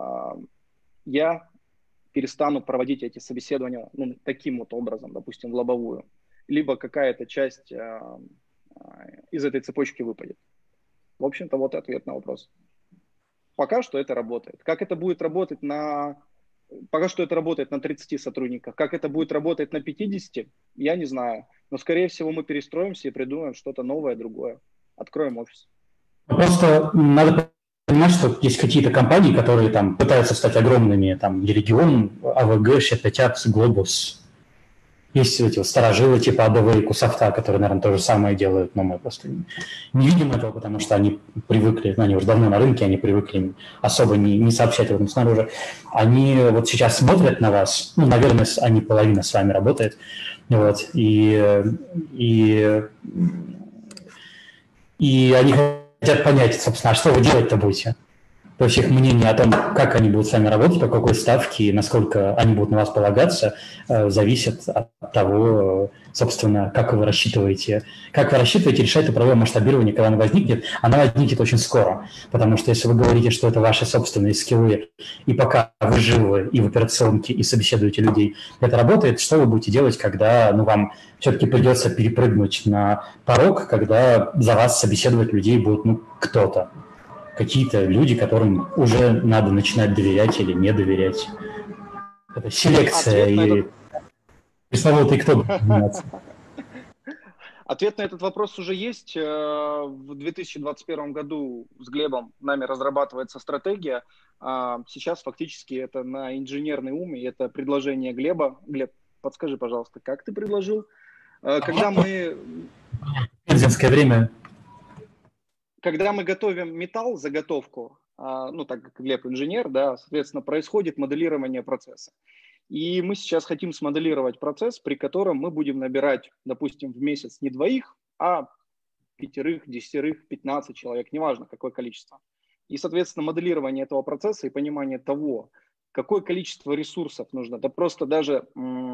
я перестану проводить эти собеседования таким вот образом, допустим, в лобовую, либо какая-то часть из этой цепочки выпадет. В общем-то, вот ответ на вопрос. Пока что это работает. Как это будет работать пока что это работает на 30 сотрудниках. Как это будет работать на 50, Я не знаю. Но, скорее всего, мы перестроимся и придумаем что-то новое, другое. Откроем офис. Просто надо понимать, что есть какие-то компании, которые там пытаются стать огромными, там, Регион, АВГ, Щепетят, Глобус. Есть эти вот старожилы типа АДВ и Кусофта, которые, наверное, то же самое делают, но мы просто не видим этого, потому что они привыкли, они уже давно на рынке, они привыкли особо не сообщать об этом снаружи. Они вот сейчас смотрят на вас, ну, наверное, они половина с вами работает, вот, и они хотят понять, собственно, а что вы делать-то будете. То есть их мнение о том, как они будут с вами работать, по какой ставке и насколько они будут на вас полагаться, зависит от того, собственно, как вы рассчитываете решать эту проблему масштабирования, когда она возникнет. Она возникнет очень скоро, потому что если вы говорите, что это ваши собственные скиллы, и пока вы живы и в операционке, и собеседуете людей, это работает, что вы будете делать, когда вам все-таки придется перепрыгнуть на порог, когда за вас собеседовать людей будет кто-то? Какие-то люди, которым уже надо начинать доверять или не доверять. Это селекция и пресловутый кто будет заниматься. Ответ на этот вопрос уже есть. В 2021 году с Глебом нами разрабатывается стратегия. Сейчас фактически это на инженерный ум, и это предложение Глеба. Глеб, подскажи, пожалуйста, как ты предложил? Когда мы время. Когда мы готовим металл, заготовку, так как Глеб инженер, да, соответственно, происходит моделирование процесса. И мы сейчас хотим смоделировать процесс, при котором мы будем набирать, допустим, в месяц не 2, а 5, 10, 15 человек, неважно какое количество. И, соответственно, моделирование этого процесса и понимание того, какое количество ресурсов нужно, да просто даже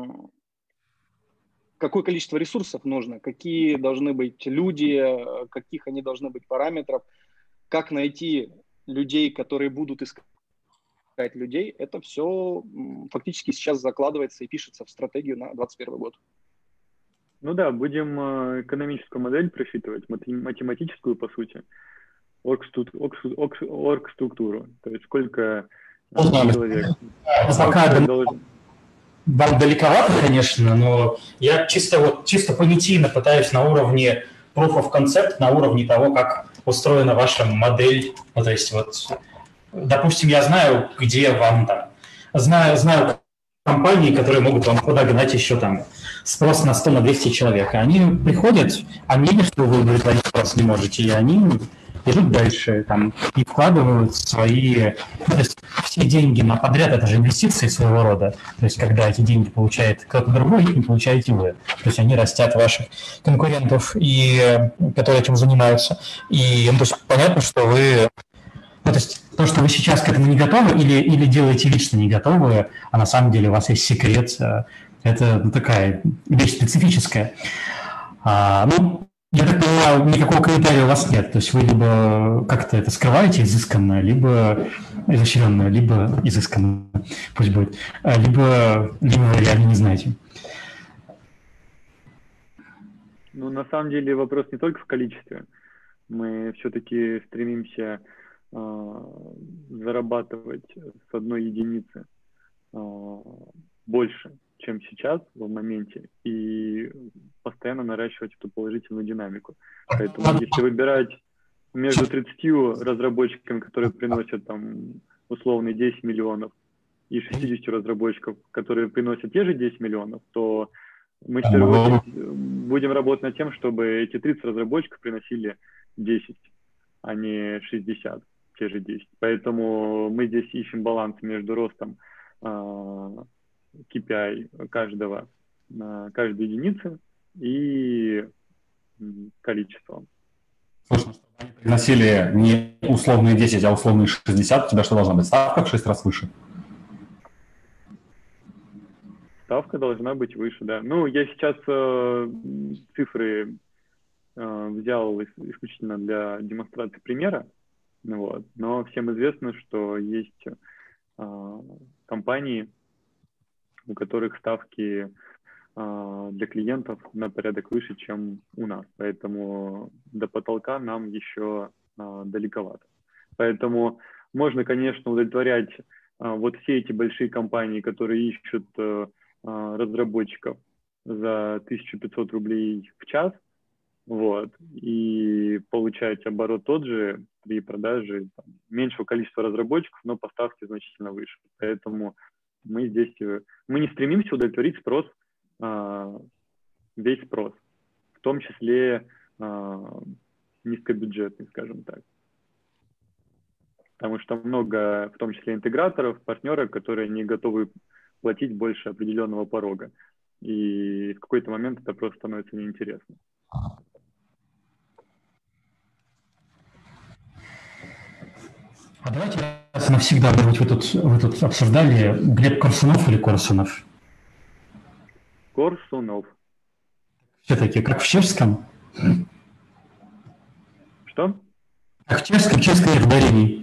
какое количество ресурсов нужно, какие должны быть люди, каких они должны быть параметров, как найти людей, которые будут искать людей, это все фактически сейчас закладывается и пишется в стратегию на 2021 год. Ну да, будем экономическую модель просчитывать, математическую, по сути, оргструктуру, то есть сколько человек. Вам далековато, конечно, но я чисто понятийно пытаюсь на уровне proof of concept, на уровне того, как устроена ваша модель. Ну, то есть допустим, я знаю, где вам там, знаю компании, которые могут вам подогнать еще там спрос на 100, на 200 человек. И они приходят, они видят, что вы удовлетворить спрос не можете, и они идут дальше там, и вкладывают свои... то есть все деньги на подряд – это же инвестиции своего рода. То есть когда эти деньги получает кто-то другой, их не получаете вы. То есть они растят ваших конкурентов, которые этим занимаются. И то есть понятно, что вы... то есть то, что вы сейчас к этому не готовы или делаете вид, что не готовы, а на самом деле у вас есть секрет, это такая вещь специфическая. Я так понимаю, никакого комментария у вас нет. То есть вы либо как-то это скрываете изысканно, либо изощренно, либо изысканно, пусть будет, либо вы реально не знаете. Ну, на самом деле вопрос не только в количестве. Мы все-таки стремимся зарабатывать с одной единицы больше, чем сейчас в моменте, и постоянно наращивать эту положительную динамику. Поэтому если выбирать между 30 разработчиками, которые приносят там условно 10 миллионов, и 60 разработчиков, которые приносят те же 10 миллионов, то мы в первую очередь будем работать над тем, чтобы эти 30 разработчиков приносили 10, а не 60, те же 10. Поэтому мы здесь ищем баланс между ростом KPI каждой единицы и количеством. Слушай, чтобы они приносили не условные 10, а условные 60, у тебя что должна быть? Ставка в 6 раз выше? Ставка должна быть выше, да. Ну, я сейчас цифры взял исключительно для демонстрации примера, вот. Но всем известно, что есть компании, у которых ставки для клиентов на порядок выше, чем у нас. Поэтому до потолка нам еще далековато. Поэтому можно, конечно, удовлетворять вот все эти большие компании, которые ищут разработчиков за 1500 рублей в час, вот, и получать оборот тот же при продаже там, меньшего количества разработчиков, но поставки значительно выше. Поэтому мы здесь, мы не стремимся удовлетворить спрос, весь спрос, в том числе низкобюджетный, скажем так. Потому что много, в том числе интеграторов, партнеров, которые не готовы платить больше определенного порога. И в какой-то момент это просто становится неинтересно. А давайте раз и навсегда, может быть, вы тут обсуждали Глеб Корсунов или Корсунов? Корсунов. Все-таки как в чешском? Что? Как в чешском нет ударений.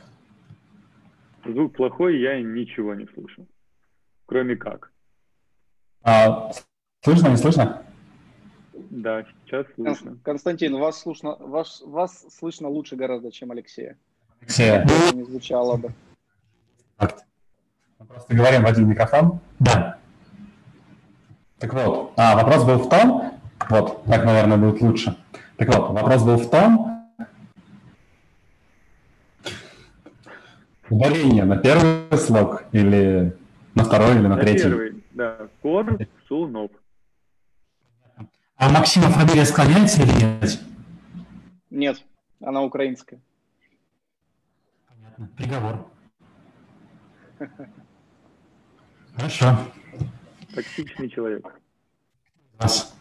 Звук плохой, я ничего не слышу. Кроме как. Слышно, не слышно? Да, сейчас слышно. Константин, вас слышно лучше гораздо, чем Алексея. Алексея. Это не звучало бы. Мы просто говорим в один микрофон? Да. Так вот, вопрос был в том, вот, так, наверное, будет лучше. Так вот, вопрос был в том, ударение на первый слог или на второй, или на третий? Первый, да, Корсунов. А Максима фамилия склоняется или нет? Нет, она украинская. Понятно. Приговор. Хорошо. Токсичный человек. Вас.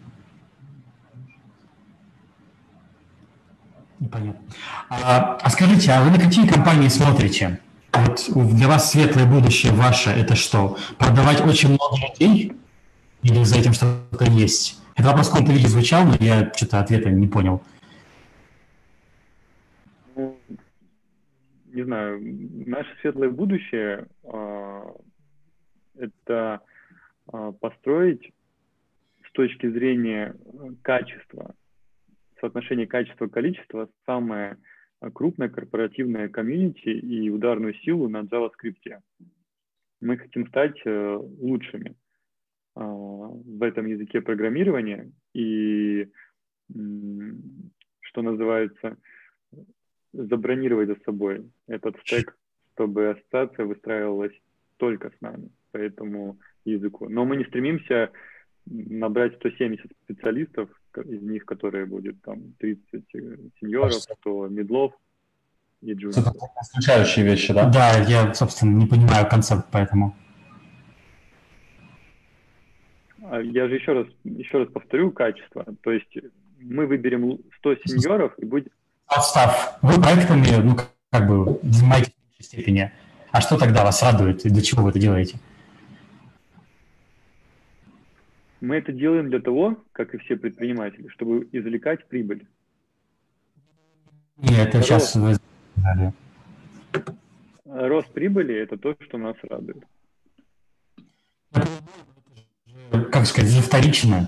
Непонятно. А скажите, а вы на какие компании смотрите? Вот для вас светлое будущее ваше – это что? Продавать очень много людей? Или за этим что-то есть? Этот вопрос в каком-то виде звучал, но я что-то ответа не понял. Ну, не знаю, наше светлое будущее это построить с точки зрения качества, соотношения качества-количества самое крупное корпоративное комьюнити и ударную силу на JavaScript. Мы хотим стать лучшими в этом языке программирования и, что называется, забронировать за собой этот стек, чтобы ассоциация выстраивалась только с нами по этому языку. Но мы не стремимся набрать 170 специалистов, из них, которые будет там 30 сеньоров, 100 мидлов и джуниоров. Это исключающие вещи, да? Да, я, собственно, не понимаю концепт, поэтому... Я же еще раз повторю качество. То есть мы выберем 100 сеньоров и будет... Отстав. Вы проектами, ну, как бы, занимаетесь в меньшей степени. А что тогда вас радует и для чего вы это делаете? Мы это делаем для того, как и все предприниматели, чтобы извлекать прибыль. Нет, это сейчас вы... Рост прибыли – это то, что нас радует. Как сказать, за вторично.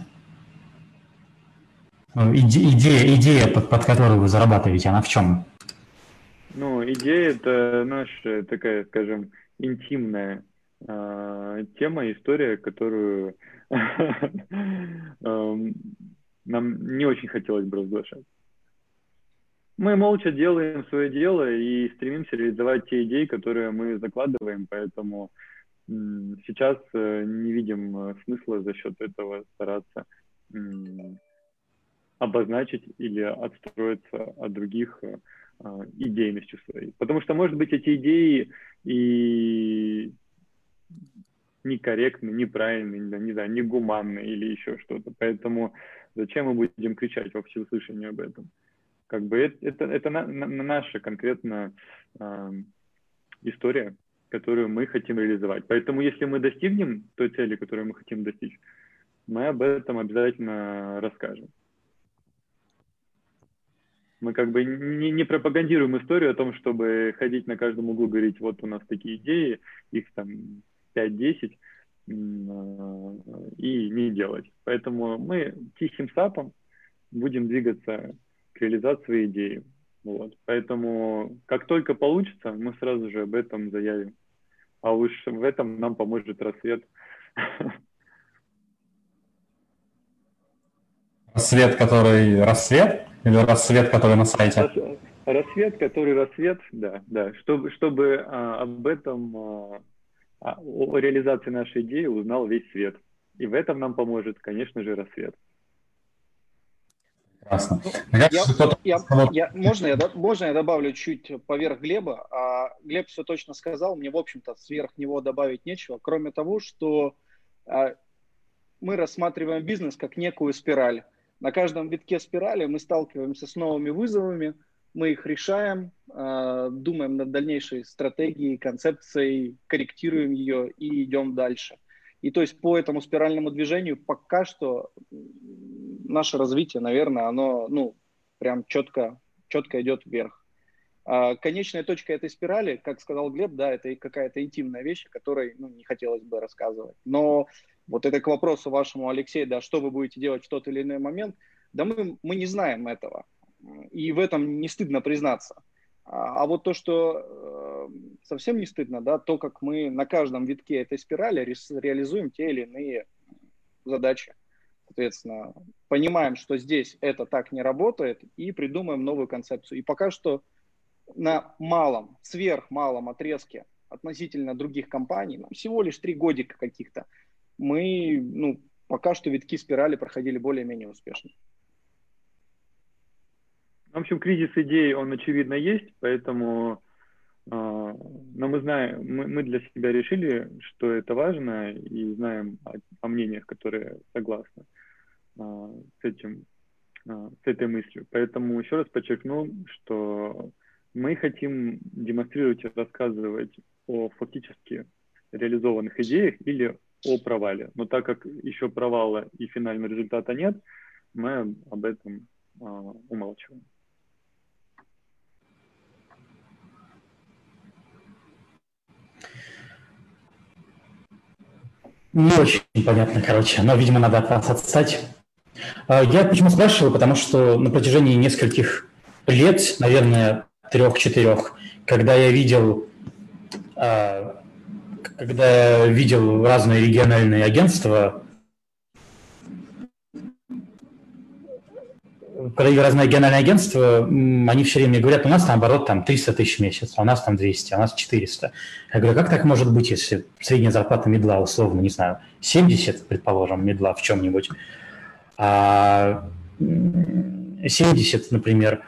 Идея, под которую вы зарабатываете, она в чем? Ну, идея – это наша такая, скажем, интимная тема, история, которую нам не очень хотелось бы разглашать. Мы молча делаем свое дело и стремимся реализовать те идеи, которые мы закладываем, поэтому сейчас не видим смысла за счет этого стараться обозначить или отстроиться от других идейностью своей. Потому что, может быть, эти идеи и некорректны, неправильны, не знаю, негуманны или еще что-то. Поэтому зачем мы будем кричать во всеуслышание об этом? Как бы это наша конкретная история, которую мы хотим реализовать. Поэтому если мы достигнем той цели, которую мы хотим достичь, мы об этом обязательно расскажем. Мы как бы не пропагандируем историю о том, чтобы ходить на каждом углу, говорить, вот у нас такие идеи, их там 5-10, и не делать. Поэтому мы тихим сапом будем двигаться к реализации своей идеи. Вот. Поэтому как только получится, мы сразу же об этом заявим. А уж в этом нам поможет рассвет. Рассвет, который рассвет? Или рассвет, который на сайте? Рассвет, который рассвет, да. Чтобы об этом, о реализации нашей идеи узнал весь свет. И в этом нам поможет, конечно же, рассвет. Прекрасно. Можно я добавлю чуть поверх Глеба? Глеб все точно сказал, мне, в общем-то, сверх него добавить нечего, кроме того, что мы рассматриваем бизнес как некую спираль. На каждом витке спирали мы сталкиваемся с новыми вызовами, мы их решаем, думаем над дальнейшей стратегией, концепцией, корректируем ее и идем дальше. И то есть по этому спиральному движению пока что наше развитие, наверное, оно прям четко идет вверх. Конечная точка этой спирали, как сказал Глеб, да, это какая-то интимная вещь, о которой не хотелось бы рассказывать. Но вот это к вопросу вашему, Алексей, да, что вы будете делать в тот или иной момент, да мы не знаем этого. И в этом не стыдно признаться. А вот то, что совсем не стыдно, да, то, как мы на каждом витке этой спирали реализуем те или иные задачи. Соответственно, понимаем, что здесь это так не работает, и придумаем новую концепцию. И пока что на сверхмалом отрезке относительно других компаний, всего лишь 3 годика каких-то, мы, пока что витки спирали проходили более-менее успешно. В общем, кризис идей, он очевидно есть, поэтому но мы знаем, мы для себя решили, что это важно, и знаем о мнениях, которые согласны с этой мыслью. Поэтому еще раз подчеркну, что мы хотим демонстрировать и рассказывать о фактически реализованных идеях или о провале. Но так как еще провала и финального результата нет, мы об этом умалчиваем. Не очень понятно, но, видимо, надо от вас отстать. Я почему спрашиваю, потому что на протяжении нескольких лет, наверное, 3-4, когда я видел разные региональные агентства, они все время говорят, у нас там оборот там 300 тысяч в месяц, а у нас там 200, а у нас 400. Я говорю, как так может быть, если средняя зарплата медла, условно, не знаю, 70, предположим, медла в чем-нибудь, а 70, например,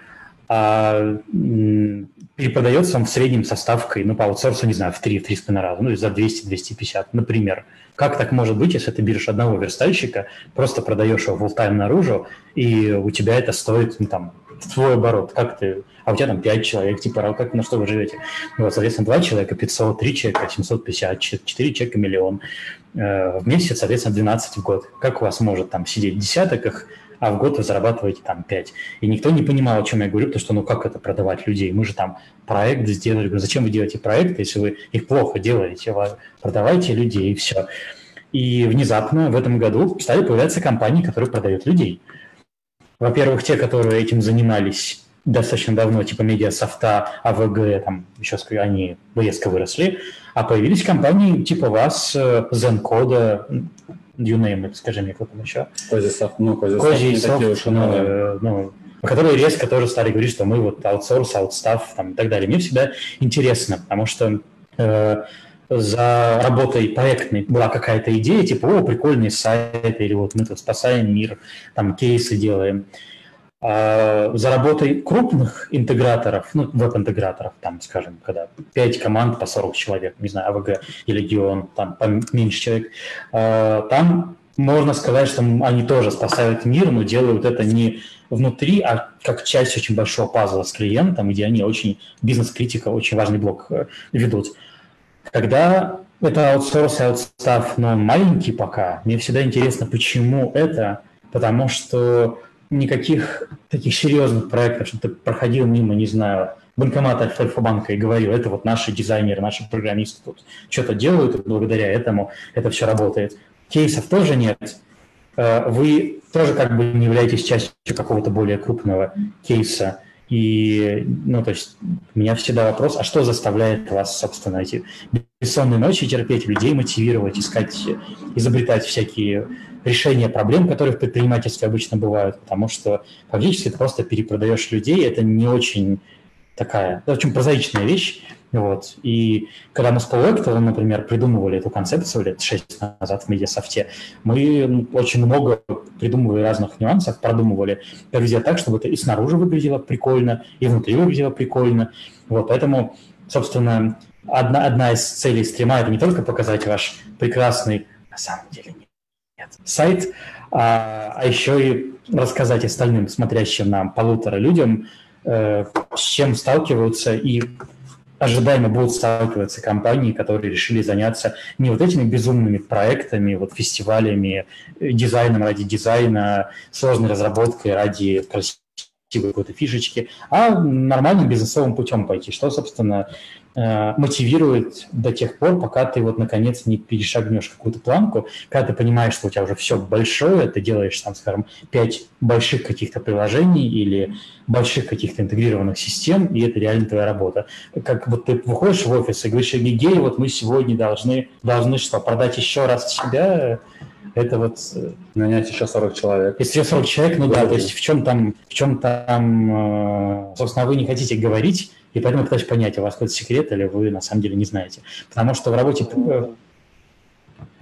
перепродается он в среднем со ставкой, по аутсорсу, не знаю, в 3-3,5 раза, за 200-250, например. Как так может быть, если ты берешь одного верстальщика, просто продаешь его full-time наружу, и у тебя это стоит, твой оборот, а у тебя там 5 человек, как, на что вы живете? Соответственно, 2 человека 500, 3 человека 750, 4 человека миллион. В месяц, соответственно, 12 в год. Как у вас может там сидеть десяток их, а в год вы зарабатываете там 5. И никто не понимал, о чем я говорю, потому что, как это продавать людей? Мы же там проект сделали. Говорю, зачем вы делаете проект, если вы их плохо делаете? Вы продавайте людей, и все. И внезапно в этом году стали появляться компании, которые продают людей. Во-первых, те, которые этим занимались достаточно давно, типа Медиасофта, АВГ, еще они резко выросли, а появились компании типа вас, Zencoda, you name it, скажи мне, кто там еще? Козисофт, которые резко тоже стали говорить, что мы аутсорс, аутстаф и так далее. Мне всегда интересно, потому что за работой проектной была какая-то идея, типа, прикольный сайт, или мы тут спасаем мир, кейсы делаем. А за работой крупных интеграторов, веб-интеграторов, скажем, когда 5 команд по 40 человек, не знаю, АВГ и Легион, поменьше человек, там можно сказать, что они тоже спасают мир, но делают это не внутри, а как часть очень большого пазла с клиентом, где они бизнес-критика, очень важный блок ведут. Когда это аутсорс и аутстаф, но он маленький пока, мне всегда интересно, почему это, потому что никаких таких серьезных проектов, что ты проходил мимо, не знаю, банкомата Альфа-банка и говорил, это наши дизайнеры, наши программисты тут что-то делают, и благодаря этому это все работает. Кейсов тоже нет. Вы тоже не являетесь частью какого-то более крупного кейса. И, то есть у меня всегда вопрос, а что заставляет вас, собственно, эти бессонные ночи терпеть, людей мотивировать, искать, изобретать всякие решения проблем, которые в предпринимательстве обычно бывают, потому что фактически ты просто перепродаешь людей, это не очень такая, это очень прозаичная вещь. Вот. И когда мы с Paul Ector, например, придумывали эту концепцию лет 6 назад в Медиасофте, мы очень много придумывали разных нюансов, продумывали, как сделать так, чтобы это и снаружи выглядело прикольно, и внутри выглядело прикольно. Вот. Поэтому, собственно, одна из целей стрима – это не только показать ваш прекрасный, на самом деле нет, сайт, а еще и рассказать остальным, смотрящим нам 1,5 людям, с чем сталкиваются и ожидаемо будут сталкиваться компании, которые решили заняться не вот этими безумными проектами, вот фестивалями, дизайном ради дизайна, сложной разработкой ради красивой какой-то фишечки, а нормальным бизнесовым путем пойти, что, собственно, мотивирует до тех пор, пока ты вот наконец не перешагнешь какую-то планку, когда ты понимаешь, что у тебя уже все большое, ты делаешь, там, скажем, 5 больших каких-то приложений или больших каких-то интегрированных систем, и это реально твоя работа. Как вот ты выходишь в офис и говоришь: Гей, вот мы сегодня должны что, продать еще раз себя, это вот... Нанять еще 40 человек. Если 40 человек, ну да, то есть в чем там, собственно, вы не хотите говорить, и поэтому пытаюсь понять, у вас какой-то секрет или вы на самом деле не знаете. Потому что в работе... У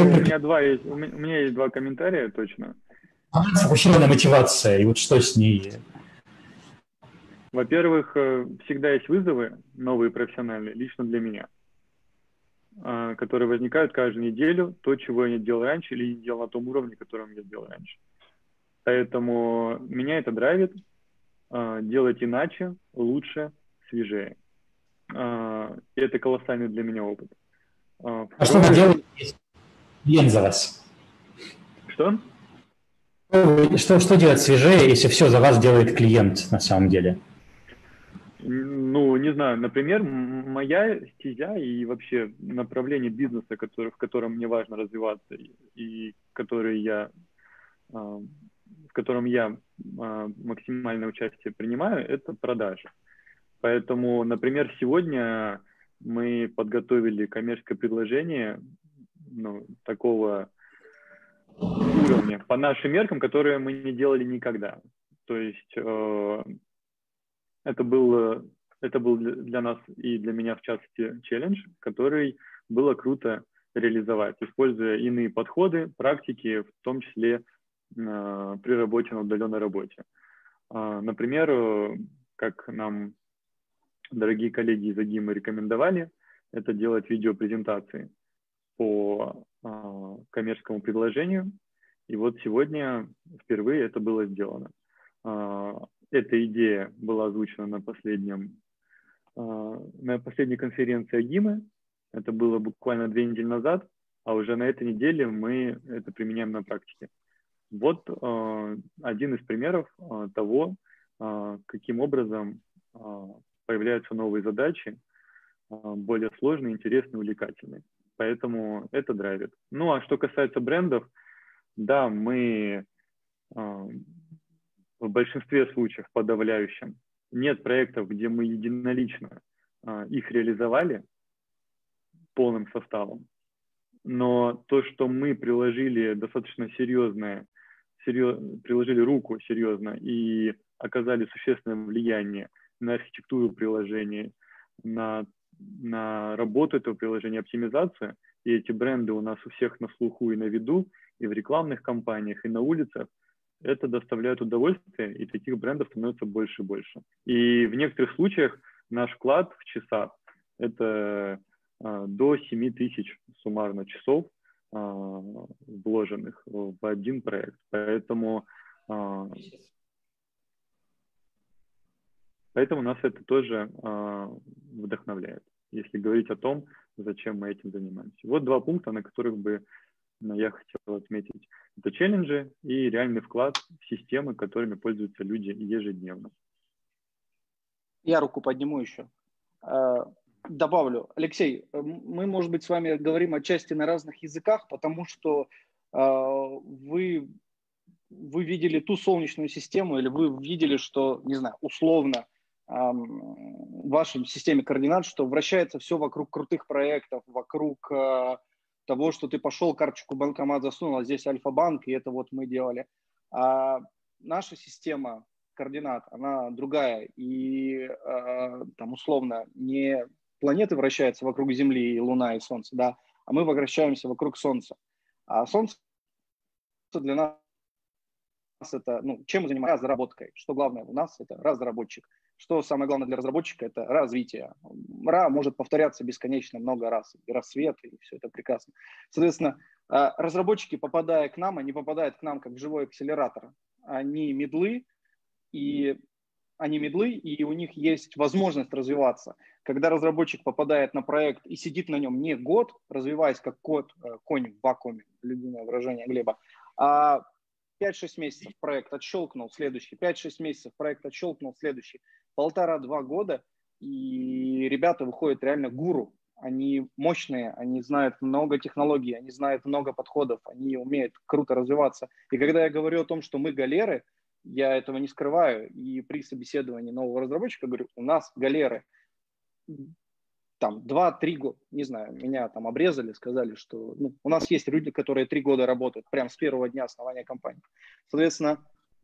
меня есть 2 комментария, точно. Сфокусированная мотивация, и вот что с ней? Во-первых, всегда есть вызовы, новые профессиональные, лично для меня, которые возникают каждую неделю, то, чего я не делал раньше или не делал на том уровне, которым я делал раньше. Поэтому меня это драйвит, делать иначе, лучше, свежее. И это колоссальный для меня опыт. Что вы делаете, если клиент за вас? Что? Что делать свежее, если все за вас делает клиент на самом деле? Ну, не знаю, например, моя стезя и вообще направление бизнеса, в котором мне важно развиваться и в котором я максимальное участие принимаю, это продажи. Поэтому, например, сегодня мы подготовили коммерческое предложение такого уровня по нашим меркам, которые мы не делали никогда. То есть это был для нас и для меня, в частности, челлендж, который было круто реализовать, используя иные подходы, практики, в том числе при работе на удаленной работе. Например, как нам дорогие коллеги из Агимы рекомендовали, это делать видеопрезентации по коммерческому предложению. И вот сегодня впервые это было сделано. Эта идея была озвучена на последней конференции Агимы. Это было буквально 2 недели назад, а уже на этой неделе мы это применяем на практике. Вот один из примеров того, каким образом появляются новые задачи, более сложные, интересные, увлекательные. Поэтому это драйвит. Ну, а что касается брендов, да, мы в большинстве случаев, подавляющем, нет проектов, где мы единолично их реализовали полным составом. Но то, что мы приложили достаточно приложили руку серьезно и оказали существенное влияние на архитектуру приложения, на работу этого приложения, оптимизацию, и эти бренды у нас у всех на слуху и на виду, и в рекламных кампаниях, и на улицах, это доставляет удовольствие, и таких брендов становится больше и больше. И в некоторых случаях наш вклад в часах – это до 7 тысяч суммарно часов, вложенных в один проект. Поэтому нас это тоже вдохновляет, если говорить о том, зачем мы этим занимаемся. Вот 2 пункта, на которых бы я хотел отметить. Это челленджи и реальный вклад в системы, которыми пользуются люди ежедневно. Я руку подниму еще. Добавлю. Алексей, мы, может быть, с вами говорим отчасти на разных языках, потому что вы видели ту солнечную систему, или вы видели, что, не знаю, условно, в вашей системе координат, что вращается все вокруг крутых проектов, вокруг того, что ты пошел, карточку банкомат засунул, а здесь Альфа-банк, и это вот мы делали. А наша система координат, она другая. И там условно не планеты вращаются вокруг Земли, и Луна, и Солнце, да, а мы вращаемся вокруг Солнца. А Солнце для нас это, ну, чем мы занимаемся? Разработкой. Что главное у нас? Это разработчик. Что самое главное для разработчика? Это развитие. Может повторяться бесконечно много раз. И рассвет, и все это прекрасно. Соответственно, разработчики, попадая к нам, они попадают к нам как живой акселератор. Они медлы, и у них есть возможность развиваться. Когда разработчик попадает на проект и сидит на нем не год, развиваясь как конь в вакууме, любимое выражение Глеба, а 5-6 месяцев проект отщелкнул, следующий, 5-6 месяцев проект отщелкнул, следующий, 1,5-2 года, и ребята выходят реально гуру. Они мощные, они знают много технологий, они знают много подходов, они умеют круто развиваться. И когда я говорю о том, что мы галеры, я этого не скрываю. И при собеседовании нового разработчика говорю, у нас галеры. Там 2-3 года, не знаю, меня там обрезали, сказали, что у нас есть люди, которые 3 года работают, прямо с первого дня основания компании. Соответственно,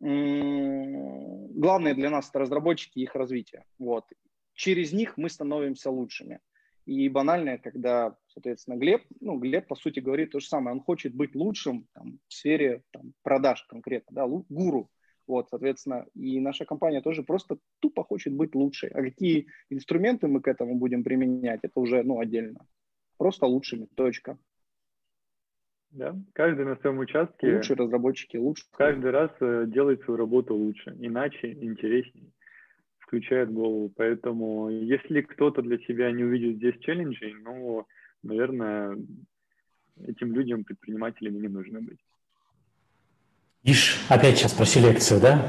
главное для нас это разработчики и их развитие. Вот. Через них мы становимся лучшими. И банально, когда, соответственно, Глеб, по сути, говорит то же самое. Он хочет быть лучшим там, в сфере там, продаж конкретно, да, гуру. Вот, соответственно, и наша компания тоже просто тупо хочет быть лучшей. А какие инструменты мы к этому будем применять, это уже отдельно. Просто лучшими, точка. Да, каждый на своем участке. Лучшие разработчики, лучше. Каждый раз делает свою работу лучше, иначе, интереснее, включает голову. Поэтому, если кто-то для себя не увидит здесь челленджей, наверное, этим людям, предпринимателями, не нужно быть. Ишь, опять сейчас про селекцию, да?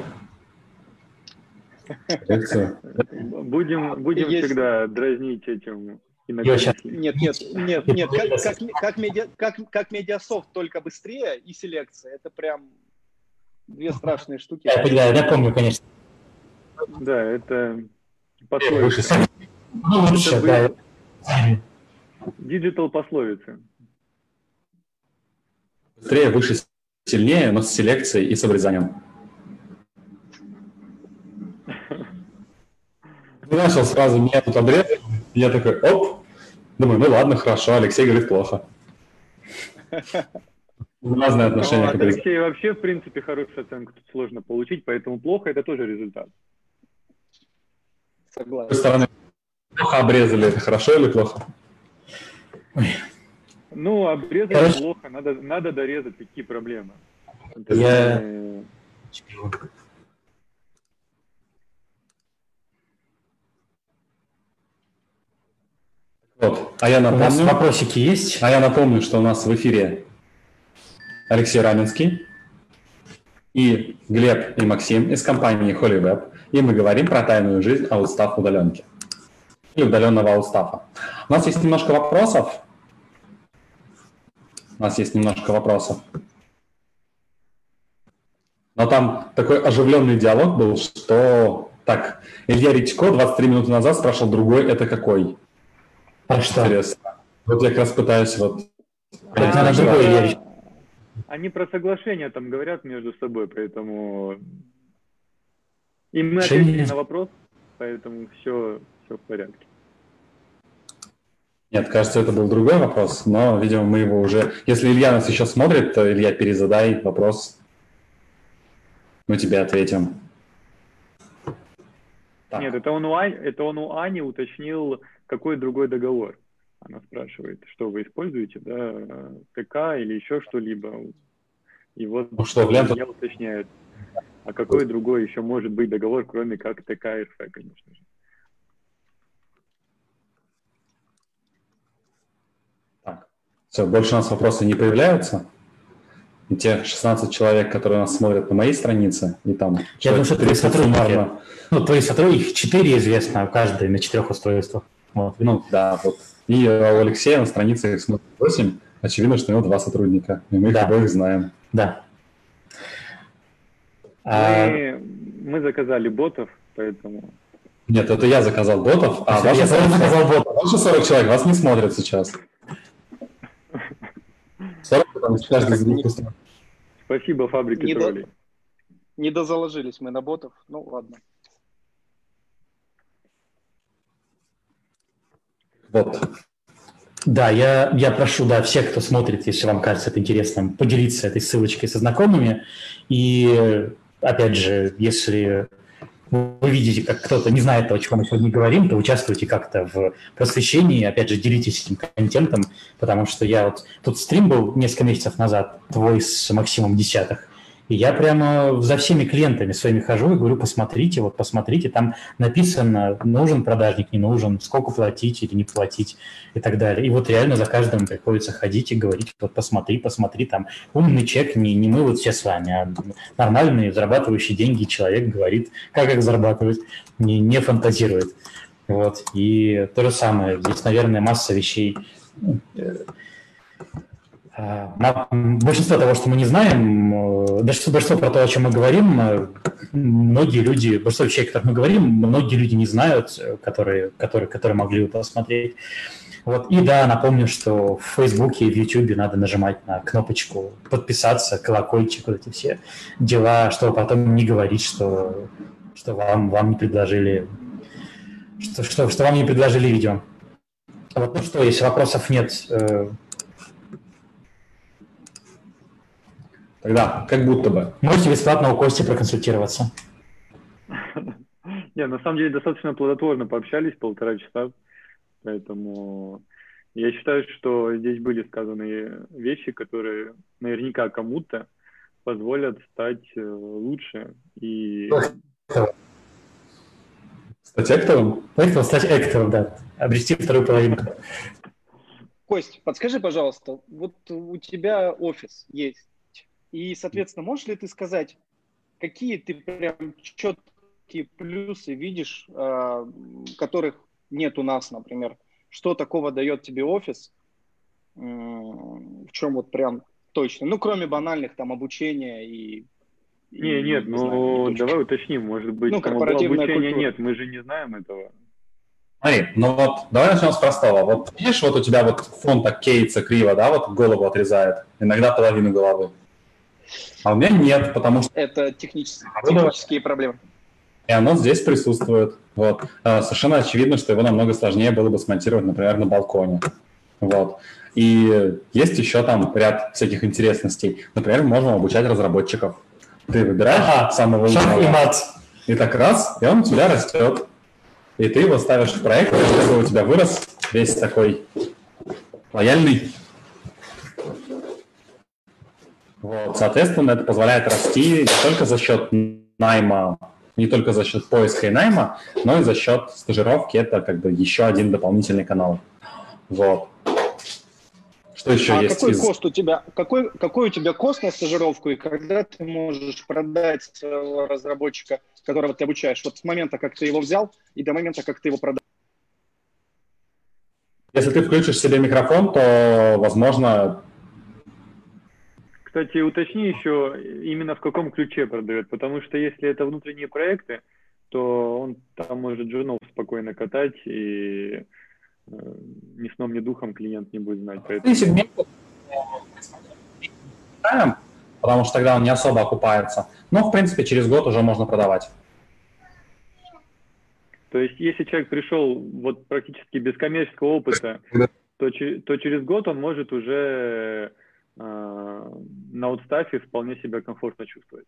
Селекцию. Будем всегда дразнить этим. Нет. Как медиасофт, только быстрее, и селекция. Это прям две страшные штуки. Я помню, конечно. Да, это пословица. Лучше, да. Digital пословицы. Быстрее, выше, сильнее, но с селекцией и с обрезанием. Я начал сразу, меня тут обрезали, я такой, оп, думаю, ладно, хорошо, Алексей говорит, плохо. Разные отношения. От Алексея вообще, в принципе, хорошую оценку тут сложно получить, поэтому плохо – это тоже результат. Согласен. С той стороны, плохо обрезали, это хорошо или плохо? Обрезать плохо, надо дорезать, какие проблемы. Вот. У нас вопросики есть? А я напомню, что у нас в эфире Алексей Раменский и Глеб и Максим из компании HolyWeb, и мы говорим про тайную жизнь аутстаф удаленки или удаленного аутстафа. У нас есть немножко вопросов. Но там такой оживленный диалог был, что... Так, Илья Редько 23 минуты назад спрашивал другой, это какой? Что? Интересно. Вот я как раз пытаюсь Они про соглашение там говорят между собой, поэтому... И мы ответили на вопрос, поэтому все в порядке. Нет, кажется, это был другой вопрос, но, видимо, мы его уже... Если Илья нас еще смотрит, то, Илья, перезадай вопрос. Мы тебе ответим. Так. Нет, это он у Ани уточнил, какой другой договор. Она спрашивает, что вы используете, да, ТК или еще что-либо. И вот я уточняю, а какой другой еще может быть договор, кроме как ТК и РФ, конечно же. Так, все, больше у нас вопросы не появляются. И те 16 человек, которые нас смотрят на моей странице, и там... Я думаю, что твои сотрудники, твои сотрудники, 4 известно, каждый на 4 устройствах. Вот. Да, вот. И у Алексея на странице их смотрит 8, очевидно, что у него 2 сотрудника, и мы их обоих знаем. Да. Мы заказали ботов, поэтому... Нет, это я заказал ботов, а ваши 40 человек вас не смотрят сейчас. каждый звук устроен. Спасибо фабрике троллей. Не дозаложились мы на ботов. Ну, ладно. Вот. Да, я прошу, да, всех, кто смотрит, если вам кажется это интересным, поделиться этой ссылочкой со знакомыми. И, опять же, если вы видите, как кто-то не знает того, о чем мы сегодня говорим, то участвуйте как-то в просвещении, опять же, делитесь этим контентом, потому что я вот... Тут стрим был несколько месяцев назад, твой с Максимом Десятых, и я прямо за всеми клиентами своими хожу и говорю, посмотрите, там написано, нужен продажник, не нужен, сколько платить или не платить и так далее. И вот реально за каждым приходится ходить и говорить, вот посмотри, там умный человек, не мы вот все с вами, а нормальный, зарабатывающий деньги человек говорит, как их зарабатывать, не фантазирует. Вот. И то же самое, здесь, наверное, масса вещей. Большинство того, что мы не знаем, большинство про то, о чем мы говорим, многие люди, большинство вещей, о которых мы говорим, многие люди не знают, которые могли это посмотреть. Вот. И да, напомню, что в Фейсбуке и в Ютубе надо нажимать на кнопочку подписаться, колокольчик, вот эти все дела, чтобы потом не говорить, что вам не предложили, что вам не предложили видео. Вот, ну что, если вопросов нет... Тогда, как будто бы. Можете бесплатно у Кости проконсультироваться. Не, на самом деле достаточно плодотворно пообщались 1,5 часа, поэтому я считаю, что здесь были сказаны вещи, которые наверняка кому-то позволят стать лучше и... Стать эктором? Стать эктором, да. Обрести вторую половинку. Кость, подскажи, пожалуйста, вот у тебя офис есть. И, соответственно, можешь ли ты сказать, какие ты прям четкие плюсы видишь, которых нет у нас, например? Что такого дает тебе офис? В чем вот прям точно? Ну, кроме банальных там обучения и... Нет, ну давай уточним, может быть, корпоративная обучения культура. нет, мы же не знаем этого. Смотри, ну вот, давай начнем с простого. Вот видишь, вот у тебя вот фон так кейтся криво, да, вот голову отрезает, иногда половину головы. А у меня нет, потому что... Это технические проблемы. И оно здесь присутствует. Вот. Совершенно очевидно, что его намного сложнее было бы смонтировать, например, на балконе. Вот. И есть еще там ряд всяких интересностей. Например, мы можем обучать разработчиков. Ты выбираешь самого умного, и так раз, и он у тебя растет. И ты его ставишь в проект, чтобы у тебя вырос весь такой лояльный. Вот, соответственно, это позволяет расти не только за счет найма, не только за счет поиска и найма, но и за счет стажировки. Это как бы еще один дополнительный канал. Вот. Что еще есть? Какой кост у тебя? Какой у тебя кост на стажировку, и когда ты можешь продать своего разработчика, которого ты обучаешь? Вот с момента, как ты его взял, и до момента, как ты его продал. Если ты включишь себе микрофон, то, возможно... Кстати, уточни еще, именно в каком ключе продает, потому что если это внутренние проекты, то он там может журнал спокойно катать, и ни сном, ни духом клиент не будет знать. Поэтому... потому что тогда он не особо окупается. Но, в принципе, через год уже можно продавать. То есть, если человек пришел вот практически без коммерческого опыта, то через год он может уже... на аутстафе вполне себя комфортно чувствовать.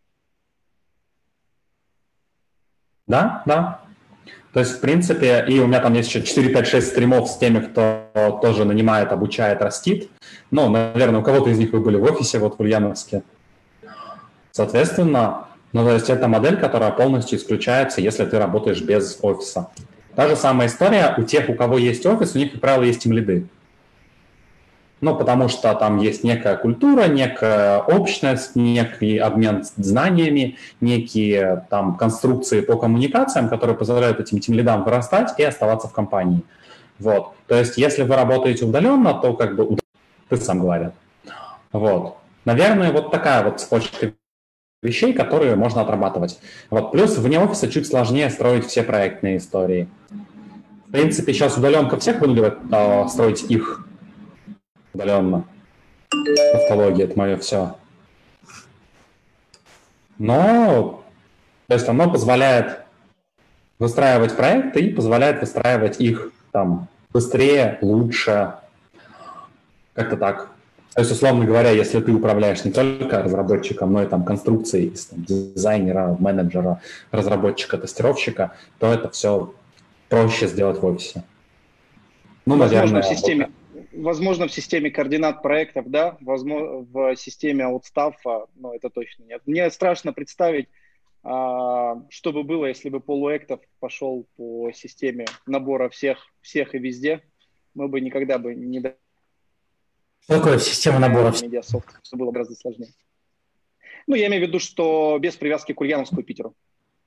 Да. То есть, в принципе, и у меня там есть еще 4, 5, 6 стримов с теми, кто тоже нанимает, обучает, растит. Ну, наверное, у кого-то из них вы были в офисе, вот в Ульяновске. Соответственно, то есть это модель, которая полностью исключается, если ты работаешь без офиса. Та же самая история у тех, у кого есть офис, у них, как правило, есть тимлиды. Ну, потому что там есть некая культура, некая общность, некий обмен знаниями, некие там конструкции по коммуникациям, которые позволяют этим тимлидам вырастать и оставаться в компании. Вот. То есть, если вы работаете удаленно, то как бы ты сам говорят. Вот. Наверное, вот такая вот цепочка вещей, которые можно отрабатывать. Вот. Плюс вне офиса чуть сложнее строить все проектные истории. В принципе, сейчас удаленка всех вынудивает строить их удаленно. Тавтология — это мое все. Но, то есть оно позволяет выстраивать проекты и позволяет выстраивать их там быстрее, лучше, как-то так. То есть, условно говоря, если ты управляешь не только разработчиком, но и там конструкцией там, дизайнера, менеджера, разработчика, тестировщика, то это все проще сделать в офисе. Ну, Возможно, наверное, возможно, в системе координат проектов, да, возможно, в системе аутстаффа, но это точно нет. Мне страшно представить, что бы было, если бы полуэктов пошел по системе набора всех и везде. Мы бы никогда бы не Что такое система набора? медиасофт, все было гораздо сложнее. Ну, я имею в виду, что без привязки к Ульяновску и Питеру.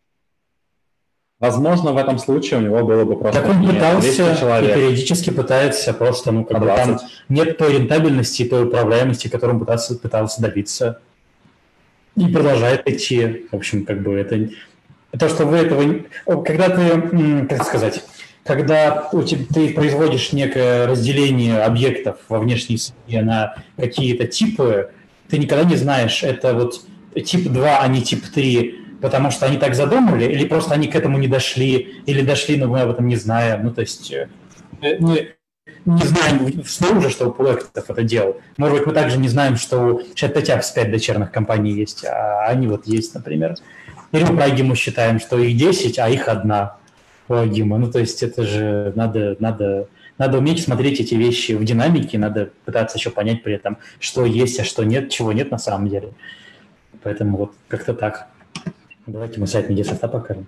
возможно, в этом случае у него было бы просто Так он пытался и человек. периодически пытается просто, ну, как бы там нет той рентабельности, той управляемости, которую он пытался добиться. И продолжает идти. В общем, как бы это... То, что вы этого... Когда ты, как сказать, когда ты производишь некое разделение объектов во внешней среде на какие-то типы, ты никогда не знаешь, это вот тип 2, а не тип 3, потому что они так задумали, или просто они к этому не дошли, или дошли, но мы об этом не знаем. Ну, то есть мы не знаем снаружи, что у проектов это делал. Может быть, мы также не знаем, что у Chat-Tap 5 дочерних компаний есть, а они вот есть, например. Или мы про Агиму считаем, что их 10, а их одна у Агима. Ну, то есть это же надо уметь смотреть эти вещи в динамике, надо пытаться еще понять при этом, что есть, а что нет, чего нет на самом деле. Поэтому вот как-то так. Давайте мы сайт медиасофта покажем.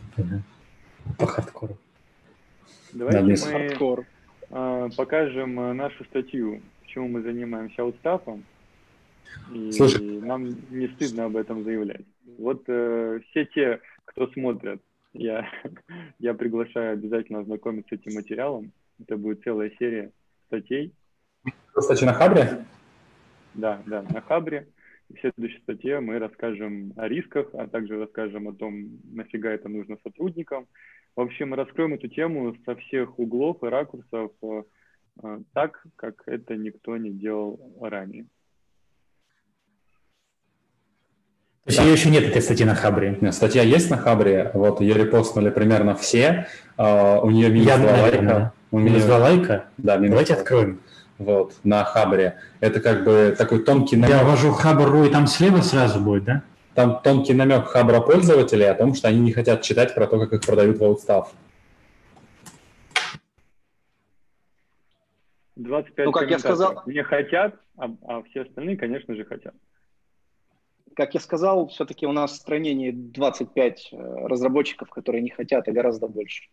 По хардкору. Давайте мы покажем нашу статью, почему мы занимаемся аутстафом. И нам не стыдно об этом заявлять. Вот все те, кто смотрят, я приглашаю обязательно ознакомиться с этим материалом. Это будет целая серия статей. Статья на Хабре? Да, на Хабре. В следующей статье мы расскажем о рисках, а также расскажем о том, нафига это нужно сотрудникам. В общем, раскроем эту тему со всех углов и ракурсов так, как это никто не делал ранее. То есть ее еще нет, этой статьи на Хабре? Нет, статья есть на Хабре, вот ее репостнули примерно все. У нее минус 2 лайка. Минус 2 лайка? Да, минус. Давайте откроем. Вот, на Хабре. Это как бы такой тонкий намек. Я ввожу Хабр.ру, и там слева сразу будет, да? Там тонкий намек Хабра пользователей о том, что они не хотят читать про то, как их продают в Outstaff. 25 как я сказал, не хотят, а все остальные, конечно же, хотят. Как я сказал, все-таки у нас в стране не 25 разработчиков, которые не хотят, а гораздо больше.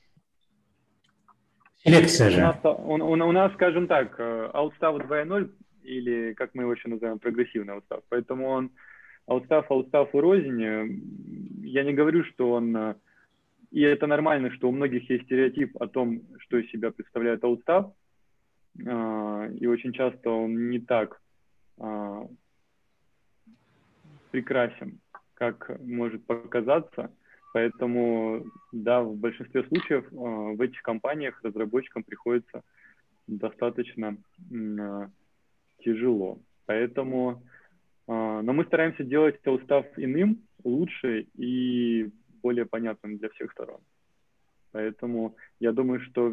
Селекция же. У нас, скажем так, Outstaff 2.0, или, как мы его еще называем, прогрессивный Outstaff. Поэтому Outstaff рознь. Я не говорю, что он... И это нормально, что у многих есть стереотип о том, что из себя представляет Outstaff. И очень часто он не так прекрасен, как может показаться. Поэтому, да, в большинстве случаев в этих компаниях разработчикам приходится достаточно тяжело. Поэтому, но мы стараемся делать Outstaff иным, лучше и более понятным для всех сторон. Поэтому я думаю, что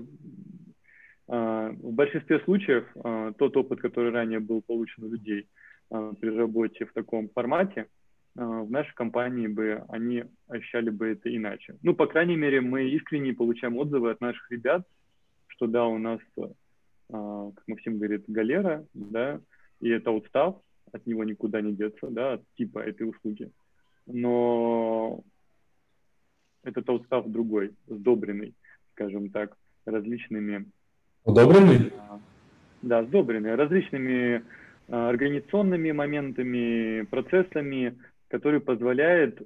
в большинстве случаев тот опыт, который ранее был получен у людей при работе в таком формате, в нашей компании они ощущали бы это иначе. Ну, по крайней мере, мы искренне получаем отзывы от наших ребят, что да, у нас, как Максим говорит, галера, да, и это Outstaff, от него никуда не деться, да, от типа этой услуги. Но этот Outstaff другой, сдобренный, скажем так, различными... Удобренный? Да, сдобренный, различными организационными моментами, процессами, которые позволяют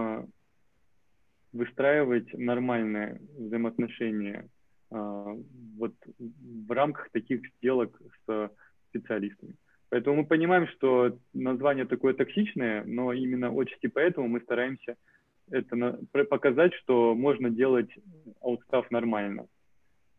выстраивать нормальные взаимоотношения вот в рамках таких сделок с специалистами. Поэтому мы понимаем, что название такое токсичное, но именно отчасти поэтому мы стараемся это показать, что можно делать Outstaff нормально.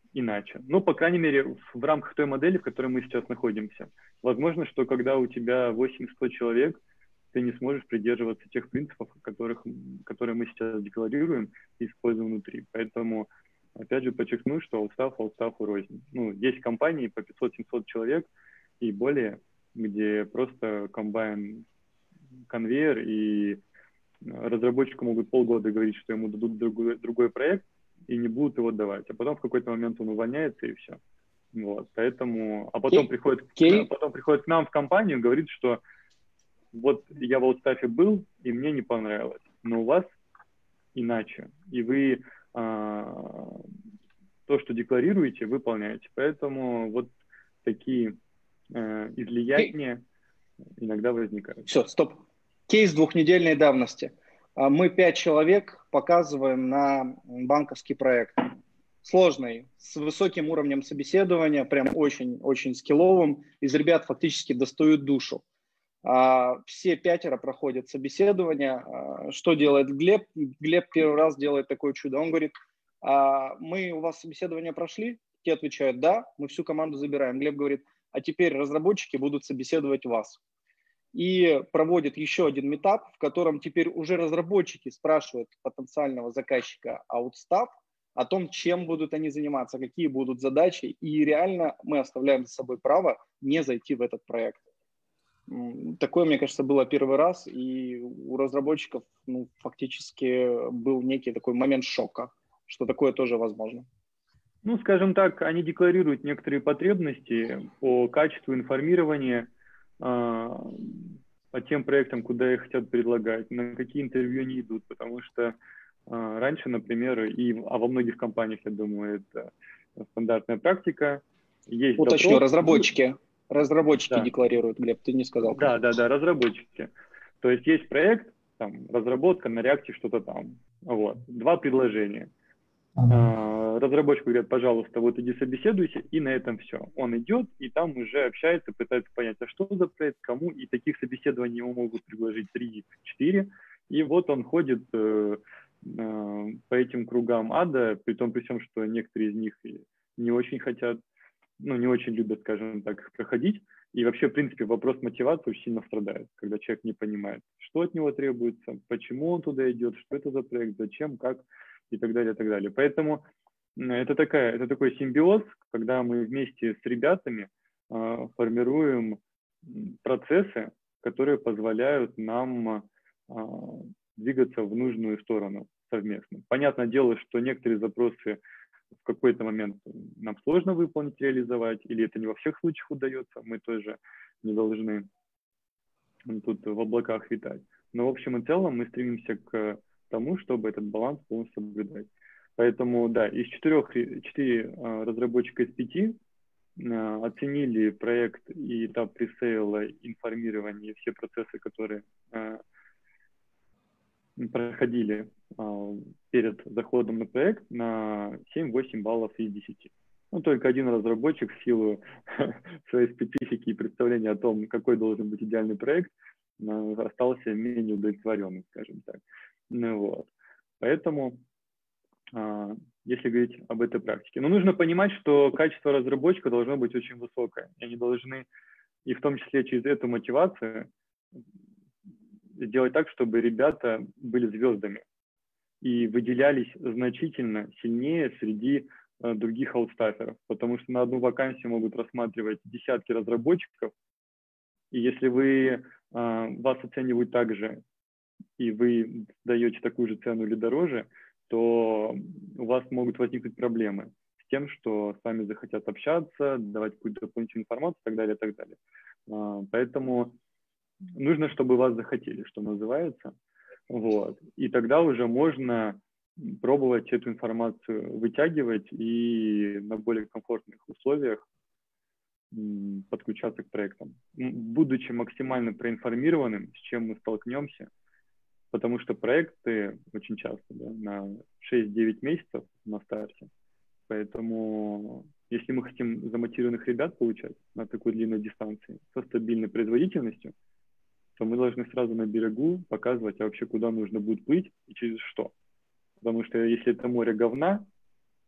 иначе. Ну, по крайней мере, в рамках той модели, в которой мы сейчас находимся. Возможно, что когда у тебя 80-100 человек, ты не сможешь придерживаться тех принципов, которые мы сейчас декларируем и используем внутри. Поэтому, опять же, подчеркну, что аутстафу рознь. Ну, есть компании по 500-700 человек и более, где просто комбайн конвейер, и разработчику могут полгода говорить, что ему дадут другой проект, и не будут его давать. А потом в какой-то момент он увольняется, и все. Вот, поэтому... А потом приходит к нам в компанию и говорит, что вот я в аутстафе был, и мне не понравилось. Но у вас иначе. И вы то, что декларируете, выполняете. Поэтому вот такие излияния иногда возникают. Все, стоп. Кейс двухнедельной давности. Мы 5 человек показываем на банковский проект. Сложный, с высоким уровнем собеседования, прям очень-очень скилловым. Из ребят фактически достают душу. Все 5 проходят собеседование. Что делает Глеб? Глеб первый раз делает такое чудо. Он говорит, мы у вас собеседование прошли? Те отвечают, да, мы всю команду забираем. Глеб говорит, а теперь разработчики будут собеседовать вас. И проводит еще один митап, в котором теперь уже разработчики спрашивают потенциального заказчика OutStaff о том, чем будут они заниматься, какие будут задачи. И реально мы оставляем за собой право не зайти в этот проект. Такое, мне кажется, было первый раз, и у разработчиков фактически был некий такой момент шока, что такое тоже возможно. Ну, скажем так, они декларируют некоторые потребности по качеству информирования, по тем проектам, куда их хотят предлагать, на какие интервью они идут, потому что раньше, например, во многих компаниях, я думаю, это стандартная практика. Есть уточню, допрос. Разработчики Да. Декларируют, Глеб, ты не сказал. Да, разработчики. То есть проект, там, разработка на React что-то там. Вот. 2 предложения. Разработчик говорит, пожалуйста, вот иди собеседуйся, и на этом все. Он идет, и там уже общается, пытается понять, а что за проект, кому, и таких собеседований ему могут предложить 3-4, и вот он ходит по этим кругам ада, при всем, что некоторые из них не очень хотят, не очень любят, скажем так, их проходить, и вообще, в принципе, вопрос мотивации очень сильно страдает, когда человек не понимает, что от него требуется, почему он туда идет, что это за проект, зачем, как, и так далее, и так далее. Поэтому это такой симбиоз, когда мы вместе с ребятами формируем процессы, которые позволяют нам двигаться в нужную сторону совместно. Понятное дело, что некоторые запросы в какой-то момент нам сложно выполнить, реализовать, или это не во всех случаях удается, мы тоже не должны тут в облаках витать. Но в общем и целом мы стремимся к тому, чтобы этот баланс полностью соблюдать. Поэтому, да, из 4 разработчика из 5 оценили проект и этап пресейла, информирование, все процессы, которые проходили перед заходом на проект, на 7-8 баллов из 10. Только один разработчик в силу своей специфики и представления о том, какой должен быть идеальный проект, остался менее удовлетворенным, скажем так. Вот. Поэтому, если говорить об этой практике, нужно понимать, что качество разработчика должно быть очень высокое. И они должны, и в том числе через эту мотивацию, сделать так, чтобы ребята были звездами и выделялись значительно сильнее среди других аутстаферов, потому что на одну вакансию могут рассматривать десятки разработчиков, и если вас оценивают так же, и вы даете такую же цену или дороже, то у вас могут возникнуть проблемы с тем, что с вами захотят общаться, давать какую-то дополнительную информацию и так далее, и так далее. Поэтому нужно, чтобы вас захотели, что называется. Вот. И тогда уже можно пробовать эту информацию вытягивать и на более комфортных условиях подключаться к проектам, будучи максимально проинформированным, с чем мы столкнемся, потому что проекты очень часто на 6-9 месяцев на старте. Поэтому если мы хотим замотивированных ребят получать на такой длинной дистанции со стабильной производительностью, то мы должны сразу на берегу показывать, а вообще куда нужно будет плыть и через что. Потому что если это море говна,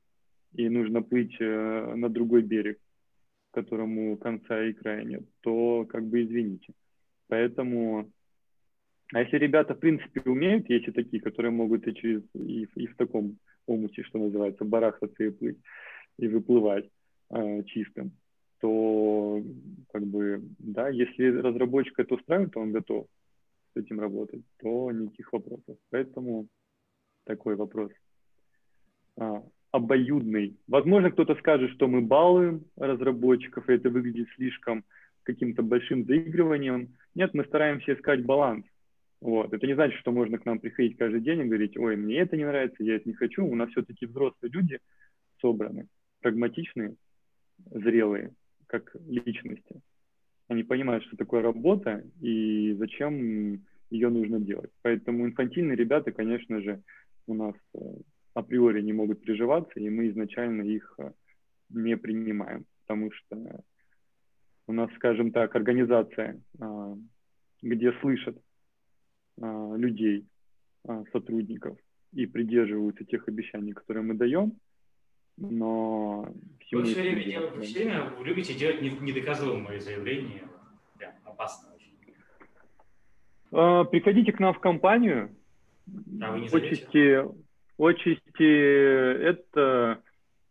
и нужно плыть на другой берег, которому конца и края нет, то как бы извините. Поэтому, а если ребята в принципе умеют, есть и такие, которые могут и в таком омуте, что называется, барахтаться и плыть, и выплывать чистым, то как бы, да, если разработчик это устраивает, то он готов с этим работать, то никаких вопросов. Поэтому такой вопрос. Обоюдный. Возможно, кто-то скажет, что мы балуем разработчиков, и это выглядит слишком каким-то большим заигрыванием. Нет, мы стараемся искать баланс. Вот. Это не значит, что можно к нам приходить каждый день и говорить, ой, мне это не нравится, я это не хочу. У нас все-таки взрослые люди собраны, прагматичные, зрелые, как личности. Они понимают, что такое работа и зачем ее нужно делать. Поэтому инфантильные ребята, конечно же, у нас априори не могут приживаться, и мы изначально их не принимаем, потому что у нас, скажем так, организация, где слышат людей, сотрудников и придерживаются тех обещаний, которые мы даем, но Вы все время любите делать недоказуемые заявления, прям опасно очень. Приходите к нам в компанию. А вы не зовете? Отчасти это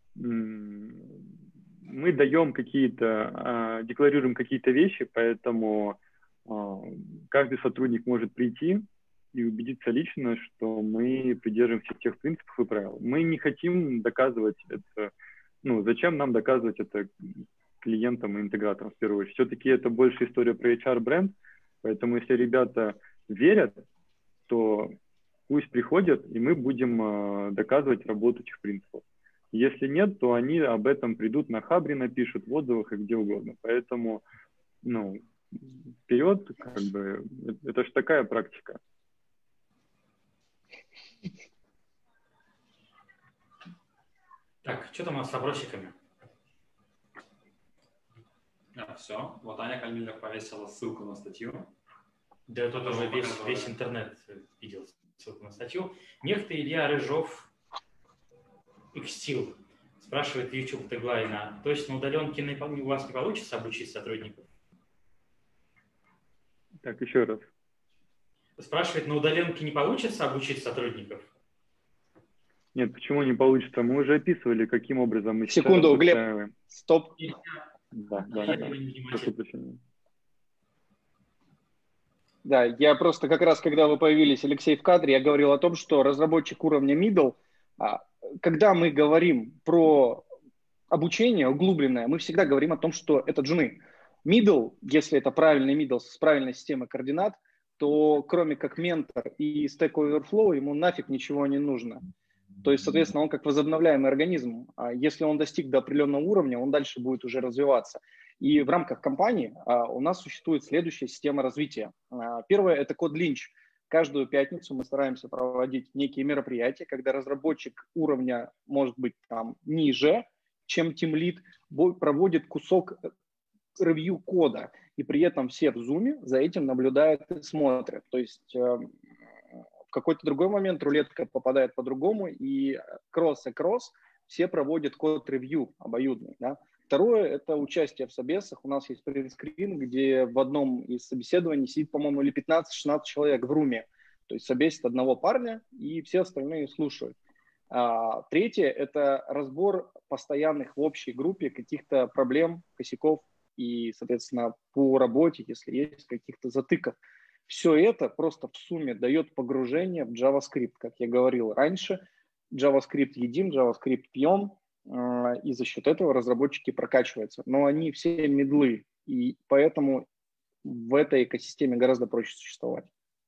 мы даем какие-то, декларируем какие-то вещи, поэтому каждый сотрудник может прийти и убедиться лично, что мы придерживаемся тех принципов и правил. Мы не хотим доказывать это, зачем нам доказывать это клиентам и интеграторам в первую очередь. Все-таки это больше история про HR-бренд, поэтому если ребята верят, то пусть приходят, и мы будем доказывать работу этих принципов. Если нет, то они об этом придут на Хабре, напишут в отзывах и где угодно. Поэтому, вперед, как бы, это же такая практика. Так, что там у нас с опросиками? Все. Вот Аня Кальмиллер повесила ссылку на статью. Да, тут уже весь интернет видел ссылку на статью. Некто Илья Рыжов, Xsteel, спрашивает в YouTube теглайна, то есть на удаленке у вас не получится обучить сотрудников? Так, еще раз. Спрашивает, на удаленке не получится обучить сотрудников? Нет, почему не получится? Мы уже описывали, каким образом мы Секунду, Глеб, стоп. Да. Прошу прощения. Да, я просто как раз, когда вы появились, Алексей, в кадре, я говорил о том, что разработчик уровня middle, когда мы говорим про обучение углубленное, мы всегда говорим о том, что это джуны. Middle, если это правильный middle с правильной системой координат, то кроме как ментор и Stack Overflow ему нафиг ничего не нужно. То есть, соответственно, он как возобновляемый организм. А если он достиг до определенного уровня, он дальше будет уже развиваться. И в рамках компании у нас существует следующая система развития. Первое – это код Lynch. Каждую пятницу мы стараемся проводить некие мероприятия, когда разработчик уровня, может быть, там ниже, чем тимлид, проводит кусок ревью кода. И при этом все в Zoom за этим наблюдают и смотрят. То есть в какой-то другой момент рулетка попадает по-другому, и кросс все проводят код-ревью обоюдный. Да? Второе – это участие в собесах. У нас есть принтскрин, где в одном из собеседований сидит, по-моему, или 15-16 человек в руме. То есть собесит одного парня, и все остальные слушают. Третье – это разбор постоянных в общей группе каких-то проблем, косяков и, соответственно, по работе, если есть каких-то затыков. Все это просто в сумме дает погружение в JavaScript. Как я говорил раньше, JavaScript едим, JavaScript пьем, и за счет этого разработчики прокачиваются. Но они все мидлы, и поэтому в этой экосистеме гораздо проще существовать.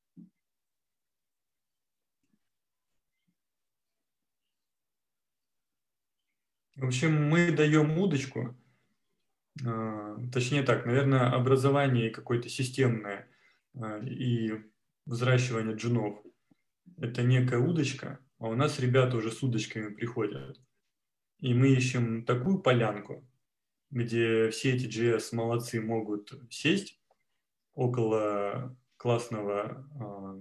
В общем, мы даем удочку, точнее так, наверное, образование какое-то системное и взращивание джунов – это некая удочка, а у нас ребята уже с удочками приходят. И мы ищем такую полянку, где все эти JS молодцы могут сесть около классного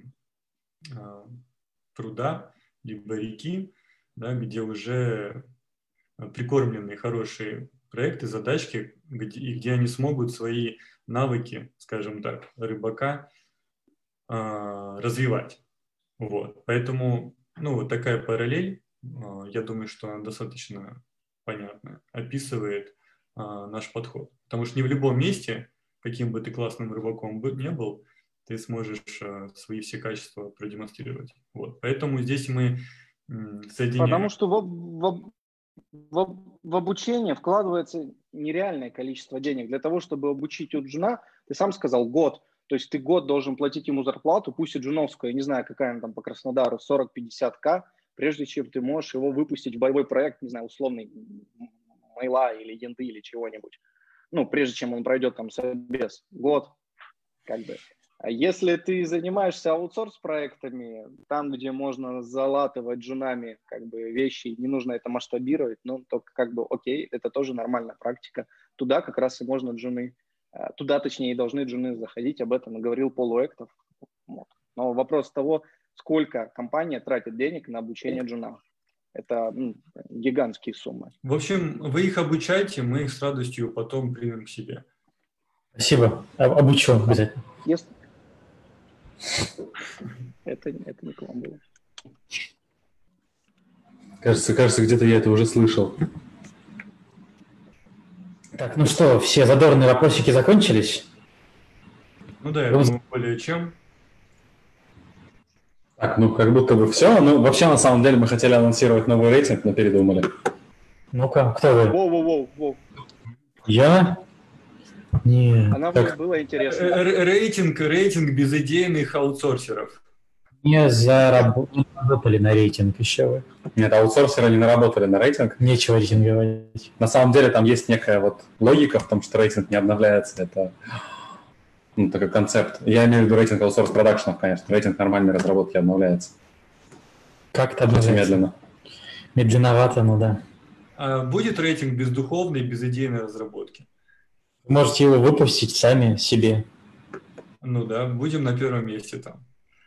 пруда, либо реки, да, где уже прикормленные, хорошие проекты, задачки, где они смогут свои навыки, скажем так, рыбака развивать. Вот. Поэтому, ну, вот такая параллель, я думаю, что она достаточно понятно описывает наш подход. Потому что не в любом месте, каким бы ты классным рыбаком не был, ты сможешь свои все качества продемонстрировать. Вот. Поэтому здесь мы соединяем... Потому что в обучение вкладывается нереальное количество денег. Для того, чтобы обучить джуна, ты сам сказал, год. То есть ты год должен платить ему зарплату, пусть и джуновскую, я не знаю, какая она там по Краснодару, 40-50К, прежде чем ты можешь его выпустить в боевой проект, не знаю, условный Майла или Янды или чего-нибудь. Ну, прежде чем он пройдет там собес. Год, как бы. А если ты занимаешься аутсорс-проектами, там, где можно залатывать джунами как бы вещи, не нужно это масштабировать, ну, то как бы окей, это тоже нормальная практика. Туда как раз и можно джуны, туда, точнее, и должны джуны заходить, об этом говорил Пол Уэктов. Вот. Но вопрос того, сколько компания тратит денег на обучение джунам. Это гигантские суммы. В общем, вы их обучаете, мы их с радостью потом примем к себе. Спасибо. Обучу обязательно. Это не к вам было. Кажется, где-то я это уже слышал. Так, ну что, все задорные вопросики закончились? Ну да, я думаю, более чем. Так, ну как будто бы все. Ну, вообще, на самом деле, мы хотели анонсировать новый рейтинг, но передумали. Ну-ка, кто вы? Воу. Я? Нет. Она было интересно. Рейтинг безыдейных аутсорсеров. Не заработали на рейтинг еще вы. Нет, аутсорсеры не наработали на рейтинг. Нечего рейтинговать. На самом деле там есть некая вот логика в том, что рейтинг не обновляется. Это такой концепт. Я имею в виду рейтинг аутсорс-продакшенов, конечно. Рейтинг нормальной разработки обновляется. Как-то очень медленно. Медленновато, ну да. А будет рейтинг бездуховной, безыдейной разработки? Вы можете его выпустить сами себе. Ну да, будем на первом месте там.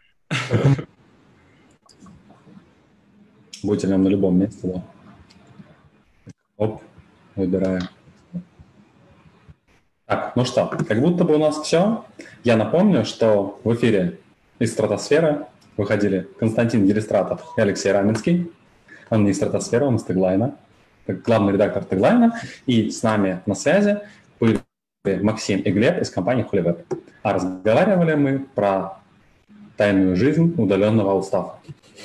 Будете нам на любом месте, да. Оп, выбираем. Так, ну что, как будто бы у нас все. Я напомню, что в эфире из стратосферы выходили Константин Елистратов и Алексей Раменский. Он не из стратосферы, он из Теглайна, главный редактор Теглайна. И с нами на связи были Максим и Глеб из компании HolyWeb. А разговаривали мы про тайную жизнь удаленного аутстафа.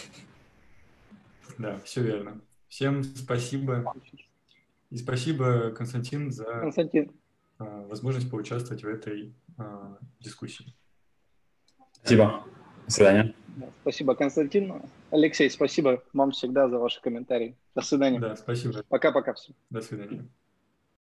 Да, все верно. Всем спасибо. И спасибо, Константин, за возможность поучаствовать в этой дискуссии. Спасибо. До свидания. Спасибо, Константин. Алексей, спасибо вам всегда за ваши комментарии. До свидания. Да, спасибо. Пока-пока. До свидания.